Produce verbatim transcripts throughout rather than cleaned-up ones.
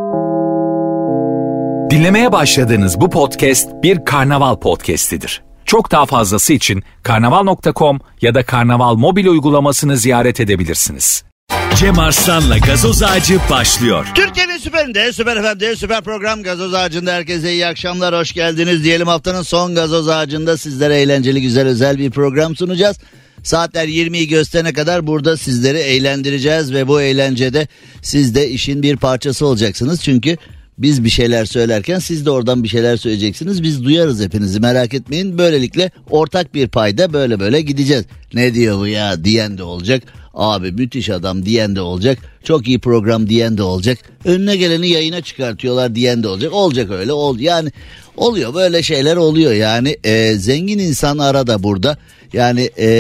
Dinlemeye başladığınız bu podcast bir karnaval podcastidir. Çok daha fazlası için karnaval nokta com ya da karnaval mobil uygulamasını ziyaret edebilirsiniz. Cem Arslan'la Gazoz Ağacı başlıyor. Türkiye'nin süperinde, Süper F M'de, süper program Gazoz Ağacı'nda herkese iyi akşamlar, hoş geldiniz diyelim. Haftanın son Gazoz Ağacı'nda sizlere eğlenceli, güzel, özel bir program sunacağız. Saatler yirmiyi gösterene kadar burada sizleri eğlendireceğiz ve bu eğlencede siz de işin bir parçası olacaksınız. Çünkü biz bir şeyler söylerken siz de oradan bir şeyler söyleyeceksiniz. Biz duyarız hepinizi, merak etmeyin. Böylelikle ortak bir payda böyle böyle gideceğiz. Ne diyor bu ya diyen de olacak. Abi müthiş adam diyen de olacak. Çok iyi program diyen de olacak. Önüne geleni yayına çıkartıyorlar diyen de olacak. Olacak öyle. Ol, yani oluyor, böyle şeyler oluyor. Yani e, zengin insan arada burada. Yani e,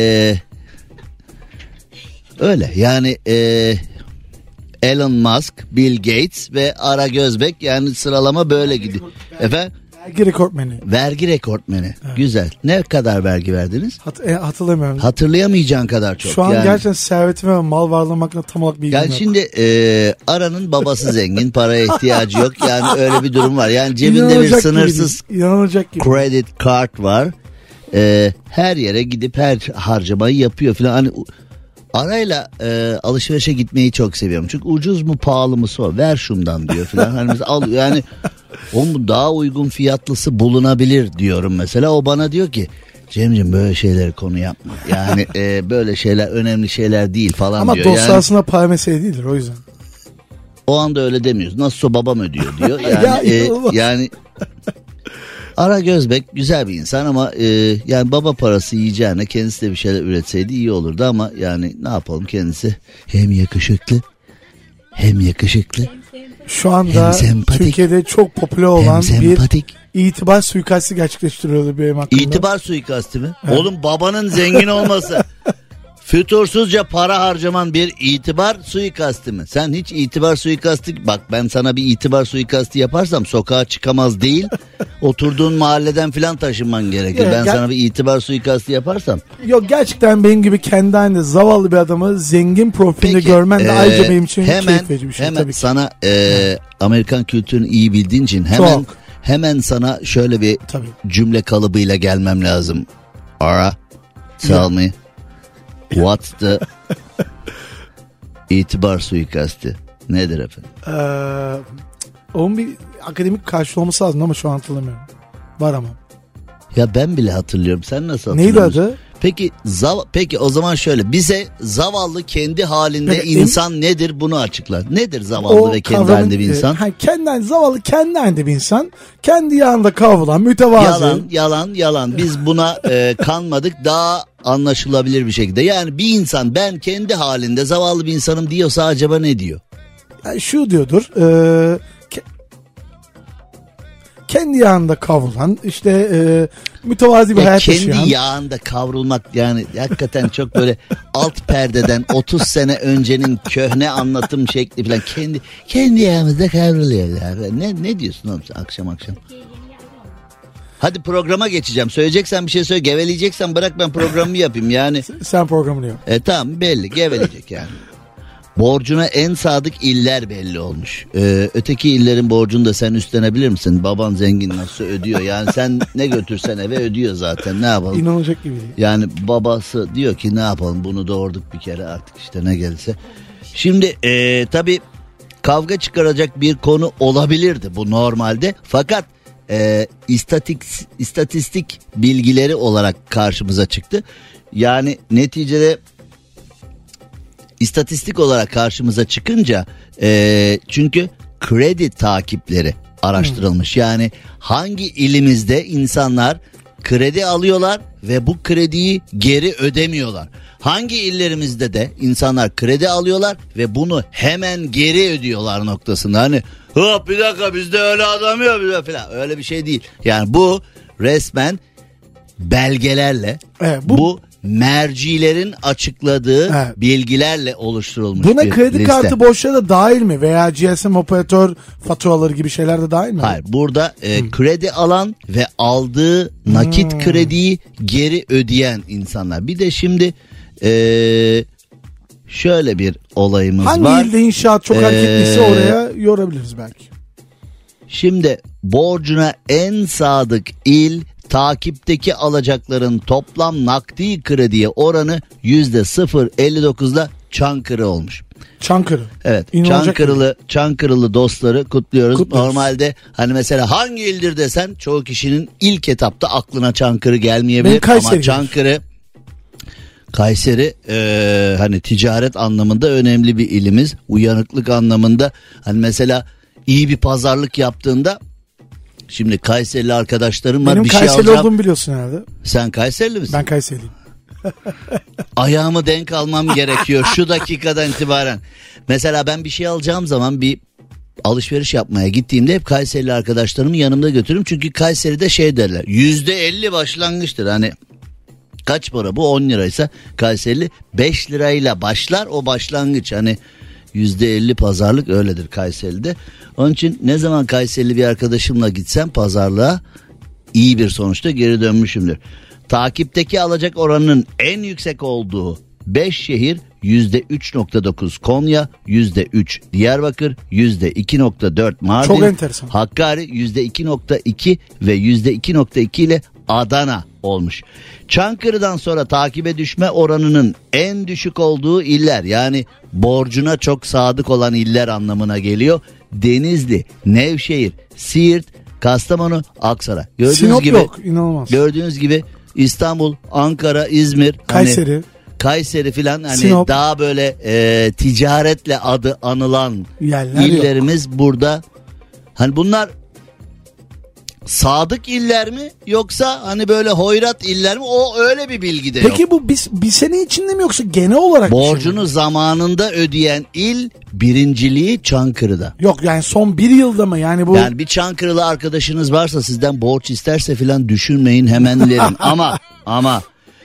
öyle yani e, Elon Musk, Bill Gates ve Ara Gözbek, yani sıralama böyle gidiyor. Efendim? Vergi rekortmeni. Vergi rekortmeni. Evet. Güzel. Ne kadar vergi verdiniz? Hat, e, hatırlamıyorum. Hatırlayamayacağın kadar çok. Şu an yani, gerçekten servetime ve mal varlığım hakkında tam olarak bilgim yani yok. şimdi e, Ara'nın babası zengin, paraya ihtiyacı yok. Yani öyle bir durum var. Yani cebinde İnanılacak bir sınırsız gibi credit card var. E, her yere gidip her harcamayı yapıyor falan. Hani Arayla e, alışverişe gitmeyi çok seviyorum. Çünkü ucuz mu pahalı mı sor. Ver şundan diyor falan. Hani mesela al, yani onun daha uygun fiyatlısı bulunabilir diyorum mesela. O bana diyor ki Cemciğim böyle şeyleri konu yapma. Yani e, böyle şeyler önemli şeyler değil falan ama diyor. Ama dost arasında yani, para mesele değildir o yüzden. O anda öyle demiyoruz. Nasılsa babam ödüyor diyor. Yani ya, e, yani Ara Gözbek güzel bir insan ama e, yani baba parası yiyeceğine kendisi de bir şeyler üretseydi iyi olurdu ama yani ne yapalım, kendisi hem yakışıklı hem yakışıklı. Şu anda Türkiye'de çok popüler olan bir itibar suikastı gerçekleştiriyordu benim hakkında. İtibar suikastı mı? Evet. Oğlum babanın zengin olması. Fütursuzca para harcaman bir itibar suikastı mı? Sen hiç itibar suikastı... Bak ben sana bir itibar suikastı yaparsam sokağa çıkamaz değil, oturduğun mahalleden filan taşınman gerekir. Evet, ben ger- sana bir itibar suikastı yaparsam. Yok, gerçekten benim gibi kendi halinde zavallı bir adamı zengin profilinde Peki, görmen de e, ayrıca benim için hemen, keyif verici bir şey. Hemen tabii ki. sana e, Amerikan kültürünü iyi bildiğin için hemen Çok. hemen sana şöyle bir tabii. cümle kalıbıyla gelmem lazım. Ara, tell yeah. me. What's the itibar suikastı? Nedir efendim? Ee, onun bir akademik karşılığı olması lazım ama şu an hatırlamıyorum. Var ama. Ya ben bile hatırlıyorum. Sen nasıl hatırlıyorsun? Neydi adı? Peki zav peki o zaman şöyle, bize zavallı kendi halinde peki, insan em- nedir bunu açıklar. Nedir zavallı o ve kendi kavramın, halinde bir insan? E, ha, kendi zavallı kendi halinde bir insan. Kendi yanında kavrulan, mütevazi. Yalan, yalan, yalan. Biz buna e, kanmadık. Daha anlaşılabilir bir şekilde. Yani bir insan ben kendi halinde zavallı bir insanım diyorsa acaba ne diyor? Yani şu diyordur. Eee kendi yağında kavrulan, işte e, mütevazi bir ya hayat kendi yaşayan. Kendi yağında kavrulmak yani hakikaten çok böyle alt perdeden otuz sene öncenin köhne anlatım şekli falan. Kendi kendi yağımızda kavruluyor. Ne ne diyorsun oğlum sen akşam akşam? Hadi programa geçeceğim. Söyleyeceksen bir şey söyle. Geveleyeceksen bırak ben programımı yapayım yani. Sen programını yap. E tamam, belli geveleyecek yani. Borcuna en sadık iller belli olmuş. Ee, öteki illerin borcunu da sen üstlenebilir misin? Baban zengin, nasıl ödüyor? Yani sen ne götürsen eve ödüyor zaten. Ne yapalım? İnanılacak gibi değil. Yani babası diyor ki ne yapalım, bunu doğurduk bir kere, artık işte ne gelirse. Şimdi e, tabii kavga çıkaracak bir konu olabilirdi bu normalde. Fakat e, istatik, istatistik bilgileri olarak karşımıza çıktı. Yani neticede İstatistik olarak karşımıza çıkınca e, çünkü kredi takipleri araştırılmış. Hmm. Yani hangi ilimizde insanlar kredi alıyorlar ve bu krediyi geri ödemiyorlar. Hangi illerimizde de insanlar kredi alıyorlar ve bunu hemen geri ödüyorlar noktasında. Hani hop bir dakika bizde öyle adam yok falan, öyle bir şey değil. Yani bu resmen belgelerle evet, bu, bu mercilerin açıkladığı evet. bilgilerle oluşturulmuş buna bir kredi liste. Kartı borçları da dahil mi veya G S M operatör faturaları gibi şeyler de dahil mi? Hayır, burada e, hmm. kredi alan ve aldığı nakit hmm. krediyi geri ödeyen insanlar. Bir de şimdi e, şöyle bir olayımız Hangi var. Hangi ilde inşaat çok hareketliyse ee, oraya yorabiliriz belki. Şimdi borcuna en sadık il, takipteki alacakların toplam nakdi krediye oranı yüzde sıfır virgül elli dokuzda Çankırı olmuş. Çankırı. Evet. Çankırılı Çankırılı dostları kutluyoruz. kutluyoruz. Normalde hani mesela hangi ildir desen çoğu kişinin ilk etapta aklına Çankırı gelmeyebilir ama Çankırı Kayseri e, hani ticaret anlamında önemli bir ilimiz. Uyanıklık anlamında hani mesela iyi bir pazarlık yaptığında, şimdi Kayserili arkadaşlarım var. Benim bir Kayserili şey alacağım. olduğumu biliyorsun herhalde. Sen Kayserili misin? Ben Kayseriliyim. Ayağımı denk almam gerekiyor şu dakikadan itibaren. Mesela ben bir şey alacağım zaman, bir alışveriş yapmaya gittiğimde hep Kayserili arkadaşlarımı yanımda götürürüm. Çünkü Kayseri'de şey derler, yüzde elli başlangıçtır. Hani kaç para bu, on liraysa Kayserili beş lirayla başlar o başlangıç. Hani yüzde elli pazarlık öyledir Kayseri'de. Onun için ne zaman Kayserili bir arkadaşımla gitsem pazarlığa iyi bir sonuçta geri dönmüşümdür. Takipteki alacak oranının en yüksek olduğu beş şehir yüzde üç virgül dokuz Konya, yüzde üç Diyarbakır, yüzde iki virgül dört Mardin, çok enteresan. Hakkari yüzde iki virgül iki ve yüzde iki virgül iki ile Adana olmuş. Çankırı'dan sonra takibe düşme oranının en düşük olduğu iller, yani borcuna çok sadık olan iller anlamına geliyor. Denizli, Nevşehir, Siirt, Kastamonu, Aksaray. Gördüğünüz Sinop gibi, yok, inanılmaz. Gördüğünüz gibi İstanbul, Ankara, İzmir, Kayseri, hani, Kayseri filan hani Sinop. Daha böyle e, ticaretle adı anılan yerler illerimiz yok. Burada. Hani bunlar sadık iller mi yoksa hani böyle hoyrat iller mi? O öyle bir bilgi de yok. Peki bu bir, bir sene içinde mi yoksa genel olarak? Borcunu şey zamanında ödeyen il birinciliği Çankırı'da. Yok yani son bir yılda mı yani bu? Yani bir Çankırılı arkadaşınız varsa sizden borç isterse filan düşünmeyin, hemen verin. ama ama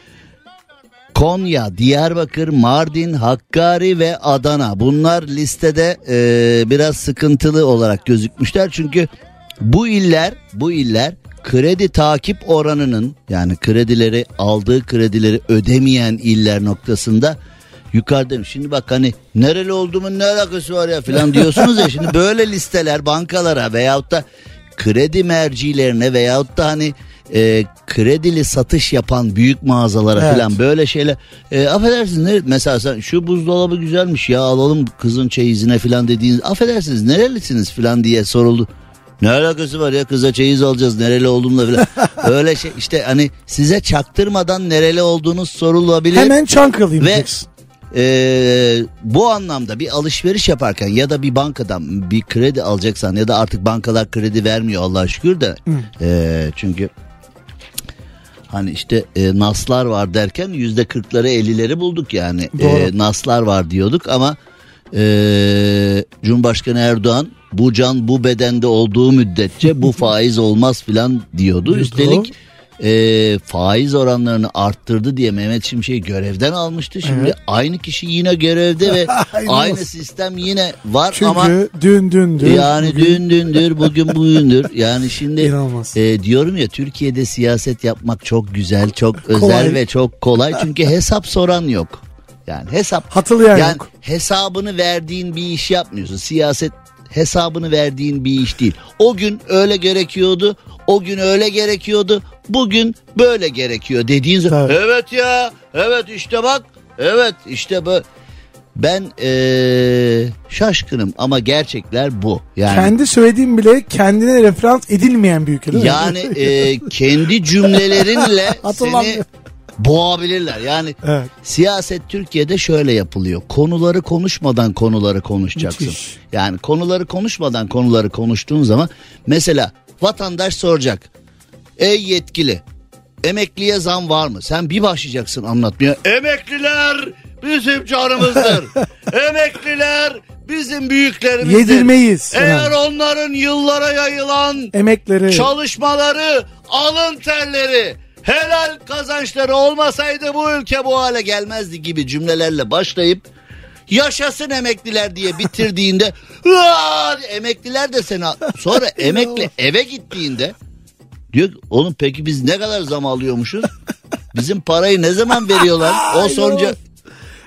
Konya, Diyarbakır, Mardin, Hakkari ve Adana, bunlar listede e, biraz sıkıntılı olarak gözükmüşler. Çünkü bu iller bu iller kredi takip oranının, yani kredileri aldığı kredileri ödemeyen iller noktasında yukarıdayım. Şimdi bak hani nereli olduğumun ne alakası var ya falan diyorsunuz ya, şimdi böyle listeler bankalara veyahut da kredi mercilerine veyahut da hani e, kredili satış yapan büyük mağazalara evet. falan böyle şeyler e, affedersiniz ne, mesela sen şu buzdolabı güzelmiş ya alalım kızın çeyizine falan dediğiniz, affedersiniz nerelisiniz falan diye soruldu. Ne alakası var ya, kıza çeyiz alacağız nereli olduğumla falan. Öyle şey işte, hani size çaktırmadan nereli olduğunuz sorulabilir. Hemen Çankırılıyım ve diyeceksin. e, bu anlamda bir alışveriş yaparken ya da bir bankadan bir kredi alacaksan, ya da artık bankalar kredi vermiyor Allah'a şükür de e, çünkü hani işte e, naslar var derken yüzde kırkları ellileri bulduk yani. E, naslar var diyorduk ama e, Cumhurbaşkanı Erdoğan bu can bu bedende olduğu müddetçe bu faiz olmaz filan diyordu. Üstelik e, faiz oranlarını arttırdı diye Mehmet Şimşek'i görevden almıştı. Şimdi evet. aynı kişi yine görevde ve aynı sistem yine var. Çünkü ama dün dündür. Yani bugün... dün dündür bugün bugündür. Yani şimdi e, diyorum ya, Türkiye'de siyaset yapmak çok güzel, çok özel kolay. Ve çok kolay. Çünkü hesap soran yok. Yani hesap hatırlayan yani yok. Hesabını verdiğin bir iş yapmıyorsun. Siyaset hesabını verdiğin bir iş değil. O gün öyle gerekiyordu. O gün öyle gerekiyordu. Bugün böyle gerekiyor dediğin zaman. Evet ya. Evet işte bak. Evet işte bu. Ben ee, şaşkınım ama gerçekler bu. Yani kendi söylediğim bile kendine referans edilmeyen bir ülke değil mi? Yani e, kendi cümlelerinle seni boğabilirler. Yani evet. Siyaset Türkiye'de şöyle yapılıyor. Konuları konuşmadan konuları konuşacaksın. Müthiş. Yani konuları konuşmadan konuları konuştuğun zaman mesela vatandaş soracak. Ey yetkili, emekliye zam var mı? Sen bir başlayacaksın anlatmaya. Emekliler bizim canımızdır. Emekliler bizim büyüklerimizdir. Yedirmeyiz. Eğer onların yıllara yayılan emekleri, çalışmaları, alın terleri, helal kazançları olmasaydı bu ülke bu hale gelmezdi gibi cümlelerle başlayıp yaşasın emekliler diye bitirdiğinde emekliler de seni sonra emekli eve gittiğinde diyor oğlum peki biz ne kadar zam alıyormuşuz? Bizim parayı ne zaman veriyorlar? O sonuca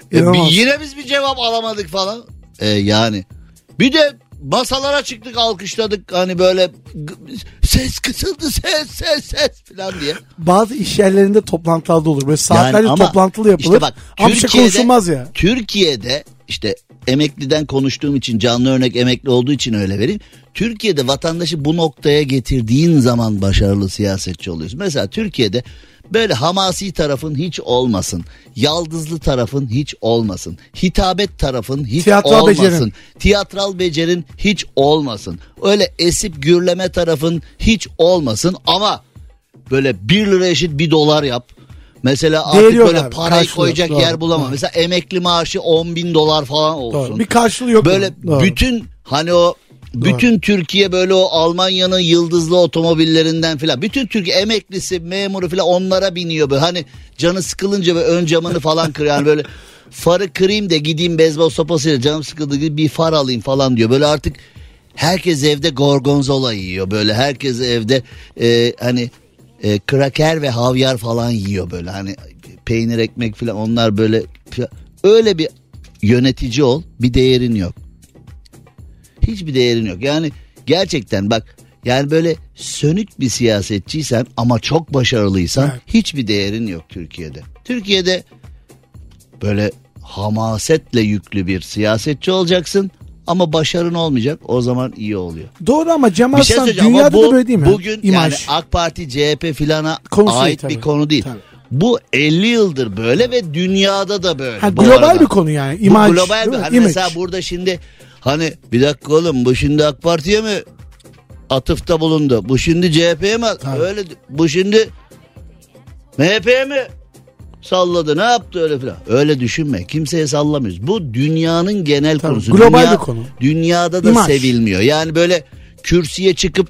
E, bir, yine biz bir cevap alamadık falan. E, yani bir de masalara çıktık, alkışladık hani böyle ses kısıldı, ses ses ses falan diye. Bazı iş yerlerinde toplantılarda olur. Böyle saatlerce yani toplantılı yapılır. İşte bak, ama bir şey konuşulmaz ya. Türkiye'de işte emekliden konuştuğum için, canlı örnek emekli olduğu için öyle vereyim. Türkiye'de vatandaşı bu noktaya getirdiğin zaman başarılı siyasetçi oluyorsun. Mesela Türkiye'de böyle hamasi tarafın hiç olmasın. Yaldızlı tarafın hiç olmasın. Hitabet tarafın hiç Tiyatral olmasın. Becerin. Tiyatral becerin hiç olmasın. Öyle esip gürleme tarafın hiç olmasın. Ama böyle bir lira eşit bir dolar yap. Mesela artık Değeri böyle abi, parayı koyacak doğru, yer bulamam. Doğru. Mesela emekli maaşı on bin dolar falan olsun. Doğru. Bir karşılığı yok. Böyle doğru. bütün hani o bütün Doğru. Türkiye böyle o Almanya'nın yıldızlı otomobillerinden filan. Bütün Türkiye emeklisi, memuru filan onlara biniyor böyle. Hani canı sıkılınca ve ön camını falan kırıyor. Yani böyle farı kırayım da gideyim beyzbol sopasıyla canım sıkıldığı gibi bir far alayım falan diyor. Böyle artık herkes evde gorgonzola yiyor. Böyle herkes evde e, hani e, kraker ve havyar falan yiyor böyle. Hani peynir ekmek filan onlar böyle filan. Öyle bir yönetici ol, bir değerin yok. Hiçbir değerin yok. Yani gerçekten bak, yani böyle sönük bir siyasetçiysen ama çok başarılıysan evet. hiçbir değerin yok Türkiye'de. Türkiye'de böyle hamasetle yüklü bir siyasetçi olacaksın ama başarın olmayacak, o zaman iyi oluyor. Doğru ama Cem Arslan şey dünyada bu, da böyle değil mi? Bugün İmaj. Yani AK Parti, C H P filana Konusu ait tabii. bir konu değil. Tabii. Bu elli yıldır böyle ve dünyada da böyle. Ha, global arada. Bir konu yani. İmaj. Bu global bir, hani mesela burada şimdi hani bir dakika oğlum, bu şimdi AK Parti'ye mi atıfta bulundu? Bu şimdi C H P'ye mi? Tabii. Öyle, bu şimdi M H P'ye mi salladı? Ne yaptı öyle falan? Öyle düşünme. Kimseye sallamıyoruz. Bu dünyanın genel Tabii, konusu. Global Dünya, bir konu. Dünyada da İmaj. Sevilmiyor. Yani böyle kürsüye çıkıp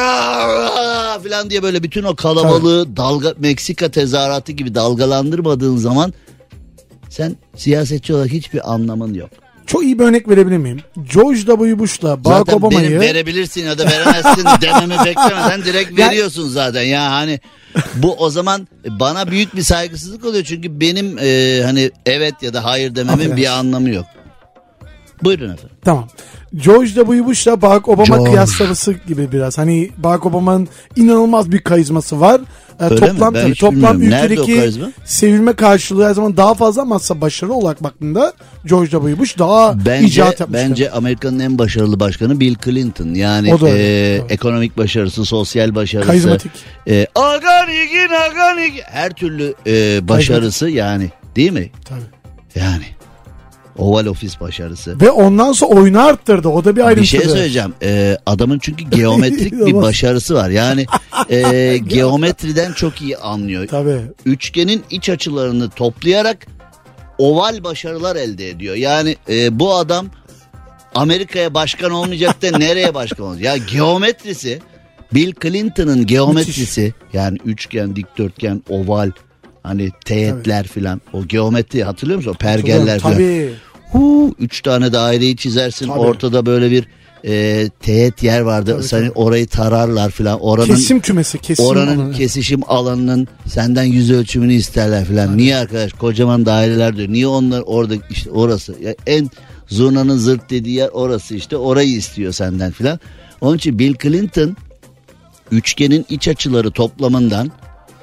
falan diye böyle bütün o kalabalığı Tabii. dalga Meksika tezahüratı gibi dalgalandırmadığın zaman sen siyasetçi olarak hiçbir anlamın yok. Çok iyi bir örnek verebilir miyim? George W. Bush'la Barack zaten Obama'yı... Zaten verebilirsin ya da veremezsin dememi beklemeden direkt veriyorsun zaten. Ya hani bu o zaman bana büyük bir saygısızlık oluyor. Çünkü benim e, hani evet ya da hayır dememin Affedersin. bir anlamı yok. Buyurun efendim. Tamam. George W. Bush'la Barack Obama George. kıyaslaması gibi biraz. Hani Barack Obama'nın inanılmaz bir karizması var. Ee, toplam tabii, toplam ülkedeki sevilme karşılığı her zaman daha fazla ama başarı olarak baktığında George W. Bush daha bence, icat yapmıştı. Bence Amerika'nın en başarılı başkanı Bill Clinton. Yani e, ekonomik başarısı, sosyal başarısı. Karizmatik. E, organik, organik. Her türlü e, başarısı Karizmatik. Yani değil mi? Tabii. Yani. Oval Office başarısı. Ve ondan sonra oyunu arttırdı. O da bir ayrıntı. Bir şey söyleyeceğim. Ee, adamın çünkü geometrik bir başarısı var. Yani e, geometriden çok iyi anlıyor. Tabii. Üçgenin iç açılarını toplayarak oval başarılar elde ediyor. Yani e, bu adam Amerika'ya başkan olmayacak da nereye başkan olacak? Ya geometrisi, Bill Clinton'ın geometrisi Müthiş. Yani üçgen, dikdörtgen, oval, hani teğetler filan, o geometri hatırlıyor musun? O pergeller filan. Tabii. Huu, üç tane daireyi çizersin. Tabii. Ortada böyle bir e, teğet yer vardı. Tabii, Seni tabii. orayı tararlar filan. Oranın kesim kümesi, kesim oranın alanı. kesişim alanının senden yüz ölçümünü isterler filan. Tabii. Niye arkadaş? Kocaman daireler diyor. Niye onlar orada işte orası? Ya en zurnanın zırt dediği yer orası işte. Orayı istiyor senden filan. Onun için Bill Clinton üçgenin iç açıları toplamından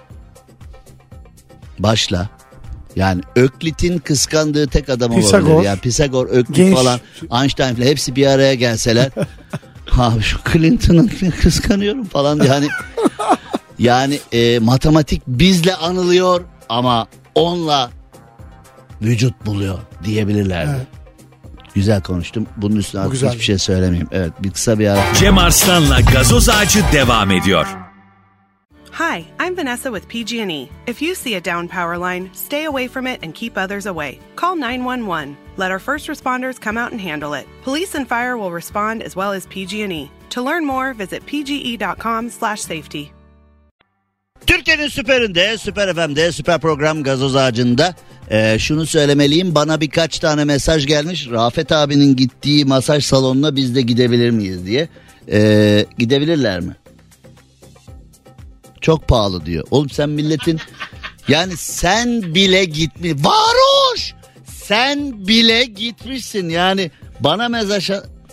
başla. Yani Öklit'in kıskandığı tek adam Pisagor. olabilir. Yani Pisagor, Öklit Genç. falan, Einstein falan hepsi bir araya gelseler. Abi şu Clinton'ın kıskanıyorum falan diye. Hani, yani e, matematik bizle anılıyor ama onunla vücut buluyor diyebilirlerdi. Evet. Güzel konuştum. Bunun üstüne artık hiçbir şey söylemeyeyim. Evet, bir kısa bir ara. Cem Arslan'la Gazoz Ağacı devam ediyor. Hi, I'm Vanessa with P G and E. If you see a downed power line, stay away from it and keep others away. Call nine one one. Let our first responders come out and handle it. Police and fire will respond as well as P G and E. To learn more, visit p g e dot com slash safety. Türkiye'nin süperinde, Süper F M'de, süper program Gazoz Ağacı'nda ee, şunu söylemeliyim. Bana birkaç tane mesaj gelmiş. Rafet abinin gittiği masaj salonuna biz de gidebilir miyiz diye. Ee, gidebilirler mi? Çok pahalı diyor. Oğlum sen milletin yani sen bile gitmi. Varoş! sen bile gitmişsin yani bana mesaj...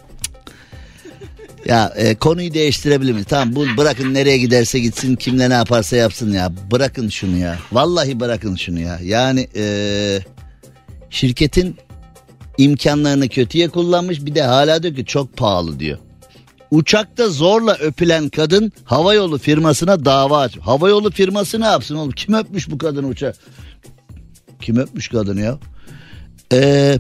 Ya e, konuyu değiştirebilir miyiz? Tamam bu bırakın nereye giderse gitsin kimle ne yaparsa yapsın ya. Bırakın şunu ya. Vallahi bırakın şunu ya. Yani e, şirketin imkanlarını kötüye kullanmış bir de hala diyor ki çok pahalı diyor. Uçakta zorla öpülen kadın havayolu firmasına dava aç. Havayolu firması ne yapsın oğlum? Kim öpmüş bu kadını uçak? Kim öpmüş kadını ya? Eee...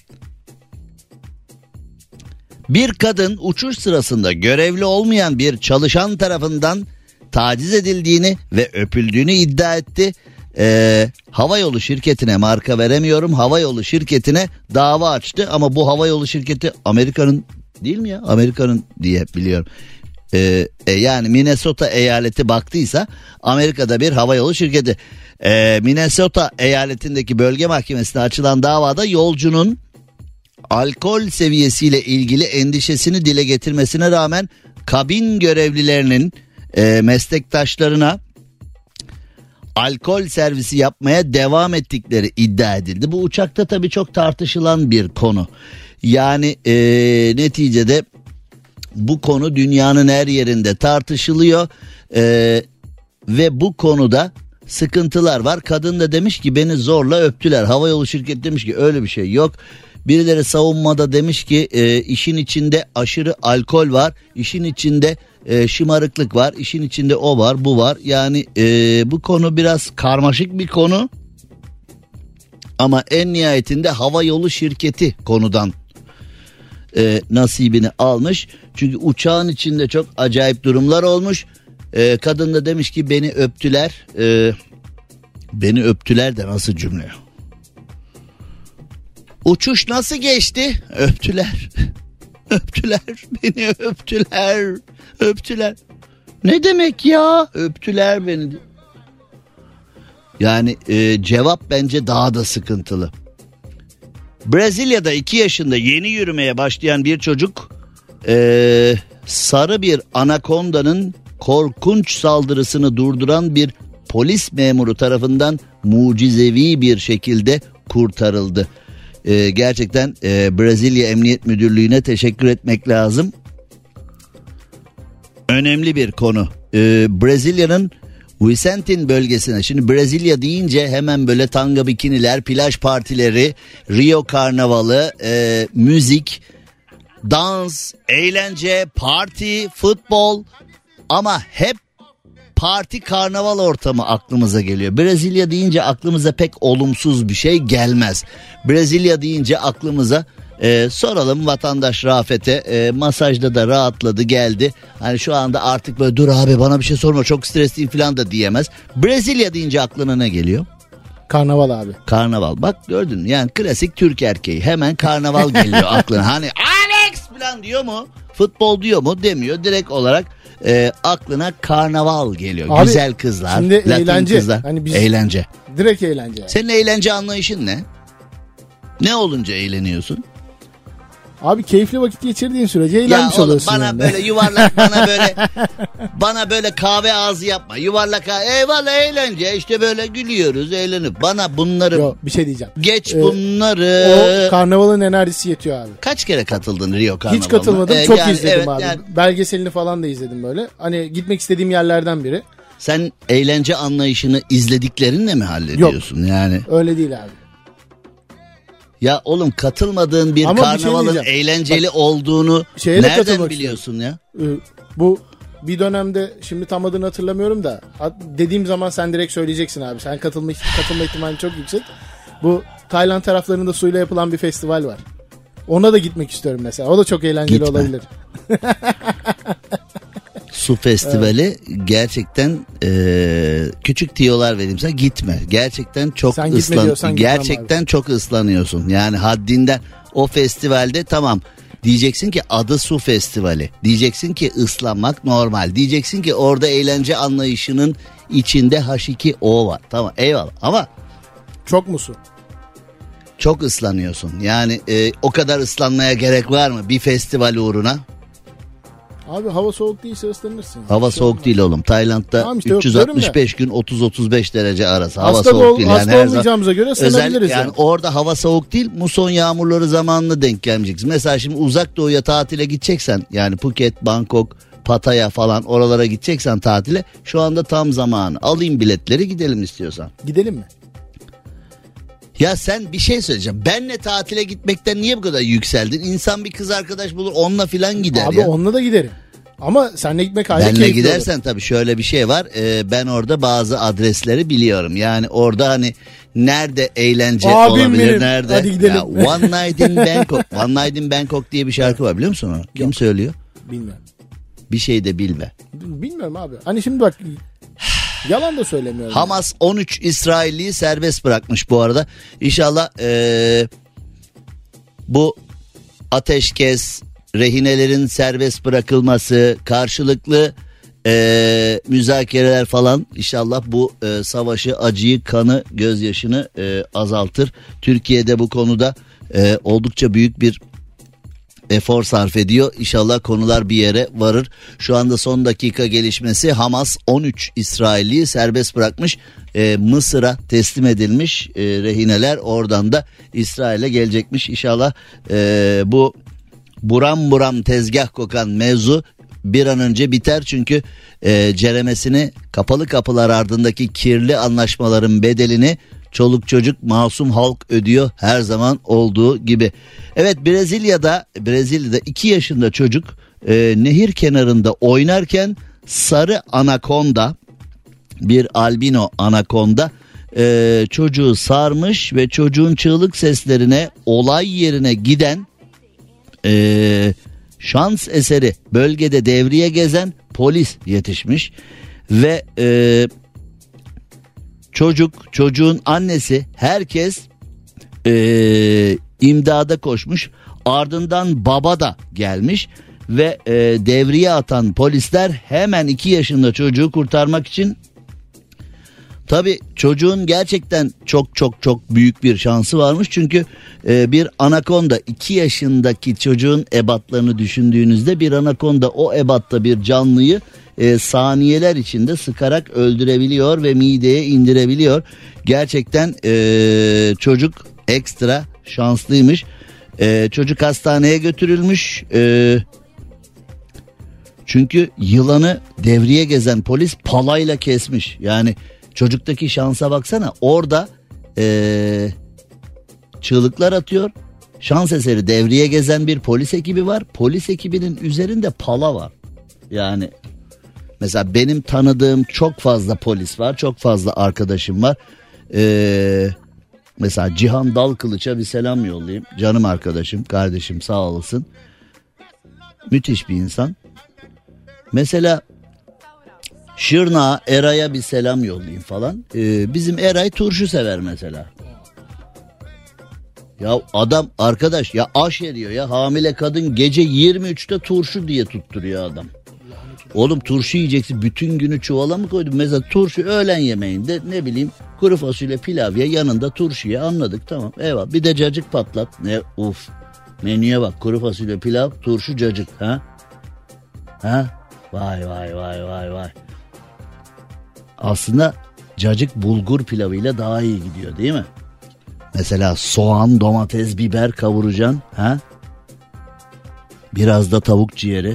Bir kadın uçuş sırasında görevli olmayan bir çalışan tarafından taciz edildiğini ve öpüldüğünü iddia etti. Ee, havayolu şirketine marka veremiyorum. Havayolu şirketine dava açtı ama bu havayolu şirketi Amerika'nın değil mi ya? Amerika'nın diye biliyorum. Ee, e, yani Minnesota eyaleti baktıysa Amerika'da bir havayolu şirketi. Ee, Minnesota eyaletindeki bölge mahkemesine açılan davada yolcunun alkol seviyesiyle ilgili endişesini dile getirmesine rağmen kabin görevlilerinin e, meslektaşlarına alkol servisi yapmaya devam ettikleri iddia edildi. Bu uçakta tabii çok tartışılan bir konu. Yani e, neticede bu konu dünyanın her yerinde tartışılıyor e, ve bu konuda sıkıntılar var. Kadın da demiş ki beni zorla öptüler. Havayolu şirketi demiş ki öyle bir şey yok. Birileri savunmada demiş ki e, işin içinde aşırı alkol var, işin içinde e, şımarıklık var, işin içinde o var, bu var. Yani e, bu konu biraz karmaşık bir konu ama en nihayetinde havayolu şirketi konudan e, nasibini almış. Çünkü uçağın içinde çok acayip durumlar olmuş. E, kadın da demiş ki beni öptüler, e, beni öptüler de nasıl cümle? Uçuş nasıl geçti? Öptüler. Öptüler. Beni öptüler. Öptüler. Ne demek ya? Öptüler beni. Yani e, cevap bence daha da sıkıntılı. Brezilya'da iki yaşında yeni yürümeye başlayan bir çocuk e, sarı bir anakondanın korkunç saldırısını durduran bir polis memuru tarafından mucizevi bir şekilde kurtarıldı. Ee, gerçekten e, Brezilya Emniyet Müdürlüğü'ne teşekkür etmek lazım. Önemli bir konu. Ee, Brezilya'nın Vicentin bölgesine, şimdi Brezilya deyince hemen böyle tanga bikiniler, plaj partileri, Rio Karnavalı, e, müzik, dans, eğlence, parti, futbol ama hep parti karnaval ortamı aklımıza geliyor. Brezilya deyince aklımıza pek olumsuz bir şey gelmez. Brezilya deyince aklımıza e, soralım vatandaş Rafet'e, e, masajda da rahatladı geldi. Hani şu anda artık böyle dur abi bana bir şey sorma çok stresliyim falan da diyemez. Brezilya deyince aklına ne geliyor? Karnaval abi. Karnaval, bak gördün mü yani klasik Türk erkeği, hemen karnaval geliyor aklına. Hani Alex falan diyor mu? Futbol diyor mu? Demiyor, direkt olarak E, aklına karnaval geliyor. Abi, güzel kızlar, şimdi Latin eğlence, kızlar. hani biz, eğlence. Direkt eğlence. Yani. Senin eğlence anlayışın ne? Ne olunca eğleniyorsun? Abi keyifli vakit geçirdiğin sürece eğlenmiş ya oluyorsun. Bana yani. Böyle yuvarlak, bana böyle bana böyle kahve ağzı yapma. Yuvarlak eyvallah eğlence işte böyle gülüyoruz, eğlenip. Bana bunları Yo, bir şey diyeceğim. Geç ee, bunları. O karnavalın enerjisi yetiyor abi. Kaç kere katıldın Rio Karnavalı'na? Hiç katılmadım. Ee, çok yani, izledim evet, abi. Yani... Belgeselini falan da izledim böyle. Hani gitmek istediğim yerlerden biri. Sen eğlence anlayışını izlediklerinle mi hallediyorsun? Yok, yani? Öyle değil abi. Ya oğlum katılmadığın bir ama karnavalın bir şey eğlenceli bak, olduğunu nereden biliyorsun istiyorum. ya? Ee, bu bir dönemde şimdi tam adını hatırlamıyorum da dediğim zaman sen direkt söyleyeceksin abi. Sen katılma, katılma ihtimali çok yüksek. Bu Tayland taraflarında suyla yapılan bir festival var. Ona da gitmek istiyorum mesela. O da çok eğlenceli Gitme. olabilir. Su festivali evet. gerçekten e, küçük tiyolar vereyim sana, gitme. Gerçekten çok Sen ıslan gerçekten çok ıslanıyorsun. Yani haddinden. O festivalde tamam diyeceksin ki adı su festivali. Diyeceksin ki ıslanmak normal. Diyeceksin ki orada eğlence anlayışının içinde H iki O var. Tamam eyvallah ama çok mu su? Çok ıslanıyorsun. Yani e, o kadar ıslanmaya gerek var mı bir festival uğruna? Abi hava soğuk değilse ıslanırsın. Hava şey soğuk olmaz. Değil oğlum. Tayland'da tamam işte üç yüz altmış beş gün otuz otuz beş derece arası. Hava hasta soğuk ol, değil. Hasta yani olmayacağımıza göre ıslanabiliriz. Yani. yani orada hava soğuk değil. Muson yağmurları zamanına denk gelmeyeceksin. Mesela şimdi uzak doğuya tatile gideceksen yani Phuket, Bangkok, Pattaya falan oralara gideceksen tatile şu anda tam zamanı. Alayım biletleri gidelim istiyorsan. Gidelim mi? Ya sen bir şey söyleyeceğim. Benle tatile gitmekten niye bu kadar yükseldin? İnsan bir kız arkadaş bulur onunla filan gider abi ya. Abi onunla da giderim. Ama seninle gitmek ayrı keyifli olur. Benle gidersen tabii şöyle bir şey var. Ee, ben orada bazı adresleri biliyorum. Yani orada hani nerede eğlence abim olabilir, benim. nerede? Hadi gidelim. Ya, One Night in Bangkok. One Night in Bangkok diye bir şarkı var biliyor musun onu? Kim Yok. söylüyor? Bilmiyorum. Bir şey de bilme. Bilmiyorum abi. Hani şimdi bak yalan da söylemiyorum. Hamas on üç İsrailliyi serbest bırakmış bu arada. İnşallah ee, bu ateşkes, rehinelerin serbest bırakılması, karşılıklı ee, müzakereler falan inşallah bu ee, savaşı, acıyı, kanı, gözyaşını ee, azaltır. Türkiye'de bu konuda ee, oldukça büyük bir efor sarf ediyor. İnşallah konular bir yere varır. Şu anda son dakika gelişmesi Hamas on üç İsrailliyi serbest bırakmış. Ee, Mısır'a teslim edilmiş ee, rehineler oradan da İsrail'e gelecekmiş. İnşallah ee, bu buram buram tezgah kokan mevzu bir an önce biter. Çünkü ee, ceremesini kapalı kapılar ardındaki kirli anlaşmaların bedelini çoluk çocuk masum halk ödüyor her zaman olduğu gibi. Evet Brezilya'da Brezilya'da iki yaşında çocuk e, nehir kenarında oynarken sarı anakonda bir albino anakonda e, çocuğu sarmış ve çocuğun çığlık seslerine olay yerine giden e, şans eseri bölgede devriye gezen polis yetişmiş ve e, Çocuk, çocuğun annesi, herkes ee, imdada koşmuş. Ardından baba da gelmiş ve e, devriye atan polisler hemen iki yaşında çocuğu kurtarmak için. Tabii çocuğun gerçekten çok çok çok büyük bir şansı varmış. Çünkü e, bir anakonda iki yaşındaki çocuğun ebatlarını düşündüğünüzde bir anakonda o ebatta bir canlıyı E, saniyeler içinde sıkarak öldürebiliyor ve mideye indirebiliyor. Gerçekten e, çocuk ekstra şanslıymış. E, çocuk hastaneye götürülmüş. E, çünkü yılanı devriye gezen polis palayla kesmiş. Yani çocuktaki şansa baksana. Orada e, çığlıklar atıyor. Şans eseri devriye gezen bir polis ekibi var. Polis ekibinin üzerinde pala var. Yani mesela benim tanıdığım çok fazla polis var. Çok fazla arkadaşım var. Ee, mesela Cihan Dalkılıç'a bir selam yollayayım. Canım arkadaşım, kardeşim sağ olasın. Müthiş bir insan. Mesela Şırnak'a, Eray'a bir selam yollayayım falan. Ee, bizim Eray turşu sever mesela. Ya adam arkadaş ya aş ediyor ya, hamile kadın gece yirmi üçte turşu diye tutturuyor adam. Oğlum turşu yiyeceksin, bütün günü çuvala mı koydun? Mesela turşu öğlen yemeğinde ne bileyim kuru fasulye pilav ya, yanında turşuya, anladık tamam eyvallah. Bir de cacık patlat. Ne uf, menüye bak, kuru fasulye pilav turşu cacık ha. Ha? Vay vay vay vay vay. Aslında cacık bulgur pilavıyla daha iyi gidiyor değil mi? Mesela soğan, domates, biber kavuracaksın ha? Biraz da tavuk ciğeri.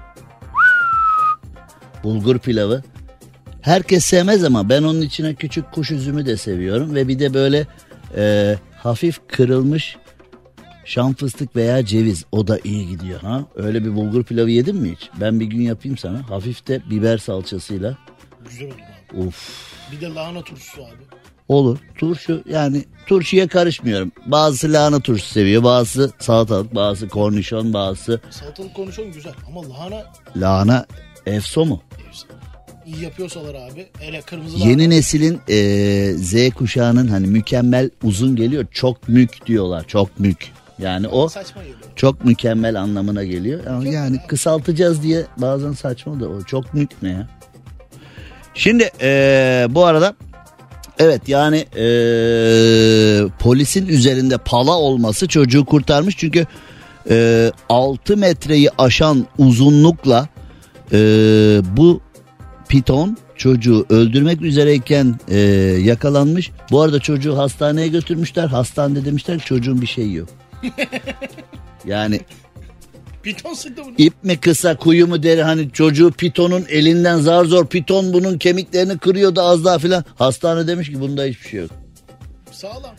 Bulgur pilavı. Herkes sevmez ama ben onun içine küçük kuş üzümü de seviyorum. Ve bir de böyle e, hafif kırılmış şam fıstık veya ceviz. O da iyi gidiyor ha. Öyle bir bulgur pilavı yedin mi hiç? Ben bir gün yapayım sana. Hafif de biber salçasıyla. Güzel olur abi. Of. Bir de lahana turşusu abi. Olur. Turşu, yani turşuya karışmıyorum. Bazısı lahana turşusu seviyor. Bazısı salatalık, bazısı kornişon, bazısı. Salatalık kornişon güzel ama lahana. Lahana efso mu? İyi yapıyorsalar abi. Hele kırmızı lahana. Yeni neslin e, Z kuşağının hani mükemmel uzun geliyor. Çok mük diyorlar. Çok mük. Yani o saçma geliyor. Çok mükemmel anlamına geliyor. Yani, yani kısaltacağız diye bazen saçma da o. Çok mük ne ya? Şimdi e, bu arada evet yani e, polisin üzerinde pala olması çocuğu kurtarmış. Çünkü e, altı metreyi aşan uzunlukla Ee, bu piton çocuğu öldürmek üzereyken e, yakalanmış. Bu arada çocuğu hastaneye götürmüşler. Hastanede demişler ki çocuğun bir şeyi yok. Yani piton sıktı bunu. İp mi kısa, kuyu mu deri, hani çocuğu pitonun elinden zar zor, piton bunun kemiklerini kırıyordu az daha filan. Hastane demiş ki bunda hiçbir şey yok. Sağlam.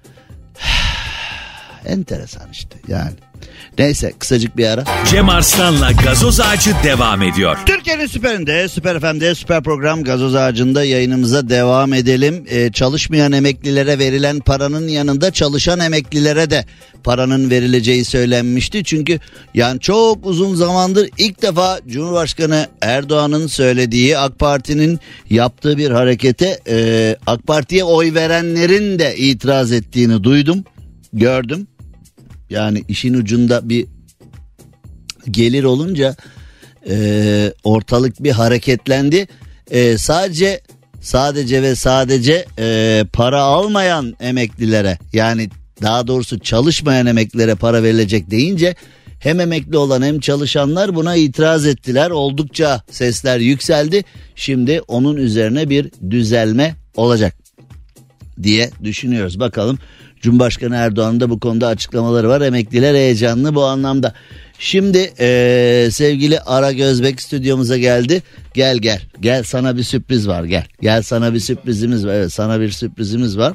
Enteresan işte yani. Neyse, kısacık bir ara. Cem Arslan'la Gazoz Ağacı devam ediyor. Türkiye'nin süperinde, Süper F M'de, süper program Gazoz Ağacı'nda yayınımıza devam edelim. Ee, çalışmayan emeklilere verilen paranın yanında çalışan emeklilere de paranın verileceği söylenmişti. Çünkü yani çok uzun zamandır ilk defa Cumhurbaşkanı Erdoğan'ın söylediği, AK Parti'nin yaptığı bir harekete e, AK Parti'ye oy verenlerin de itiraz ettiğini duydum, gördüm. Yani işin ucunda bir gelir olunca e, ortalık bir hareketlendi. E, sadece sadece ve sadece e, para almayan emeklilere, yani daha doğrusu çalışmayan emeklilere para verilecek deyince hem emekli olan hem çalışanlar buna itiraz ettiler. Oldukça sesler yükseldi. Şimdi onun üzerine bir düzelme olacak diye düşünüyoruz. Bakalım. Cumhurbaşkanı Erdoğan'ın da bu konuda açıklamaları var. Emekliler heyecanlı bu anlamda. Şimdi ee, sevgili Ara Gözbek stüdyomuza geldi. Gel gel. Gel, sana bir sürpriz var, gel. Gel, sana bir sürprizimiz var. Evet, sana bir sürprizimiz var.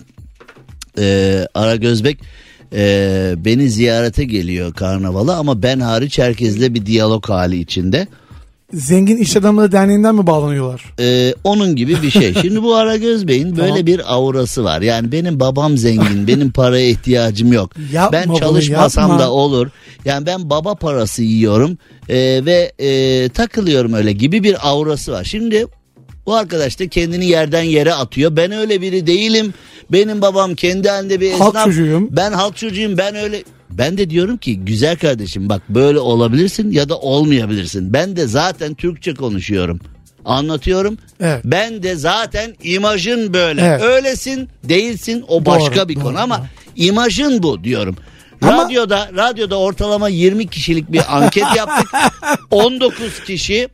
Ee, Ara Gözbek ee, beni ziyarete geliyor karnavala ama ben hariç herkesle bir diyalog hali içinde. Zengin İş Adamları Derneği'nden mi bağlanıyorlar? Ee, onun gibi bir şey. Şimdi bu Ara Gözbey'in böyle tamam. bir aurası var. Yani benim babam zengin, benim paraya ihtiyacım yok. Yapma ben çalışmasam bunu, da olur. Yani ben baba parası yiyorum e, ve e, takılıyorum öyle gibi bir aurası var. Şimdi bu arkadaş da kendini yerden yere atıyor. Ben öyle biri değilim. Benim babam kendi halinde bir esnaf. Halk çocuğuyum. Ben halk çocuğuyum, ben öyle... Ben de diyorum ki güzel kardeşim, bak böyle olabilirsin ya da olmayabilirsin. Ben de zaten Türkçe konuşuyorum, anlatıyorum. Evet. Ben de zaten imajın böyle. Evet. Öylesin değilsin o başka doğru, bir doğru, konu ama doğru. imajın bu diyorum. Ama... Radyoda radyoda ortalama yirmi kişilik bir anket yaptık. on dokuz kişi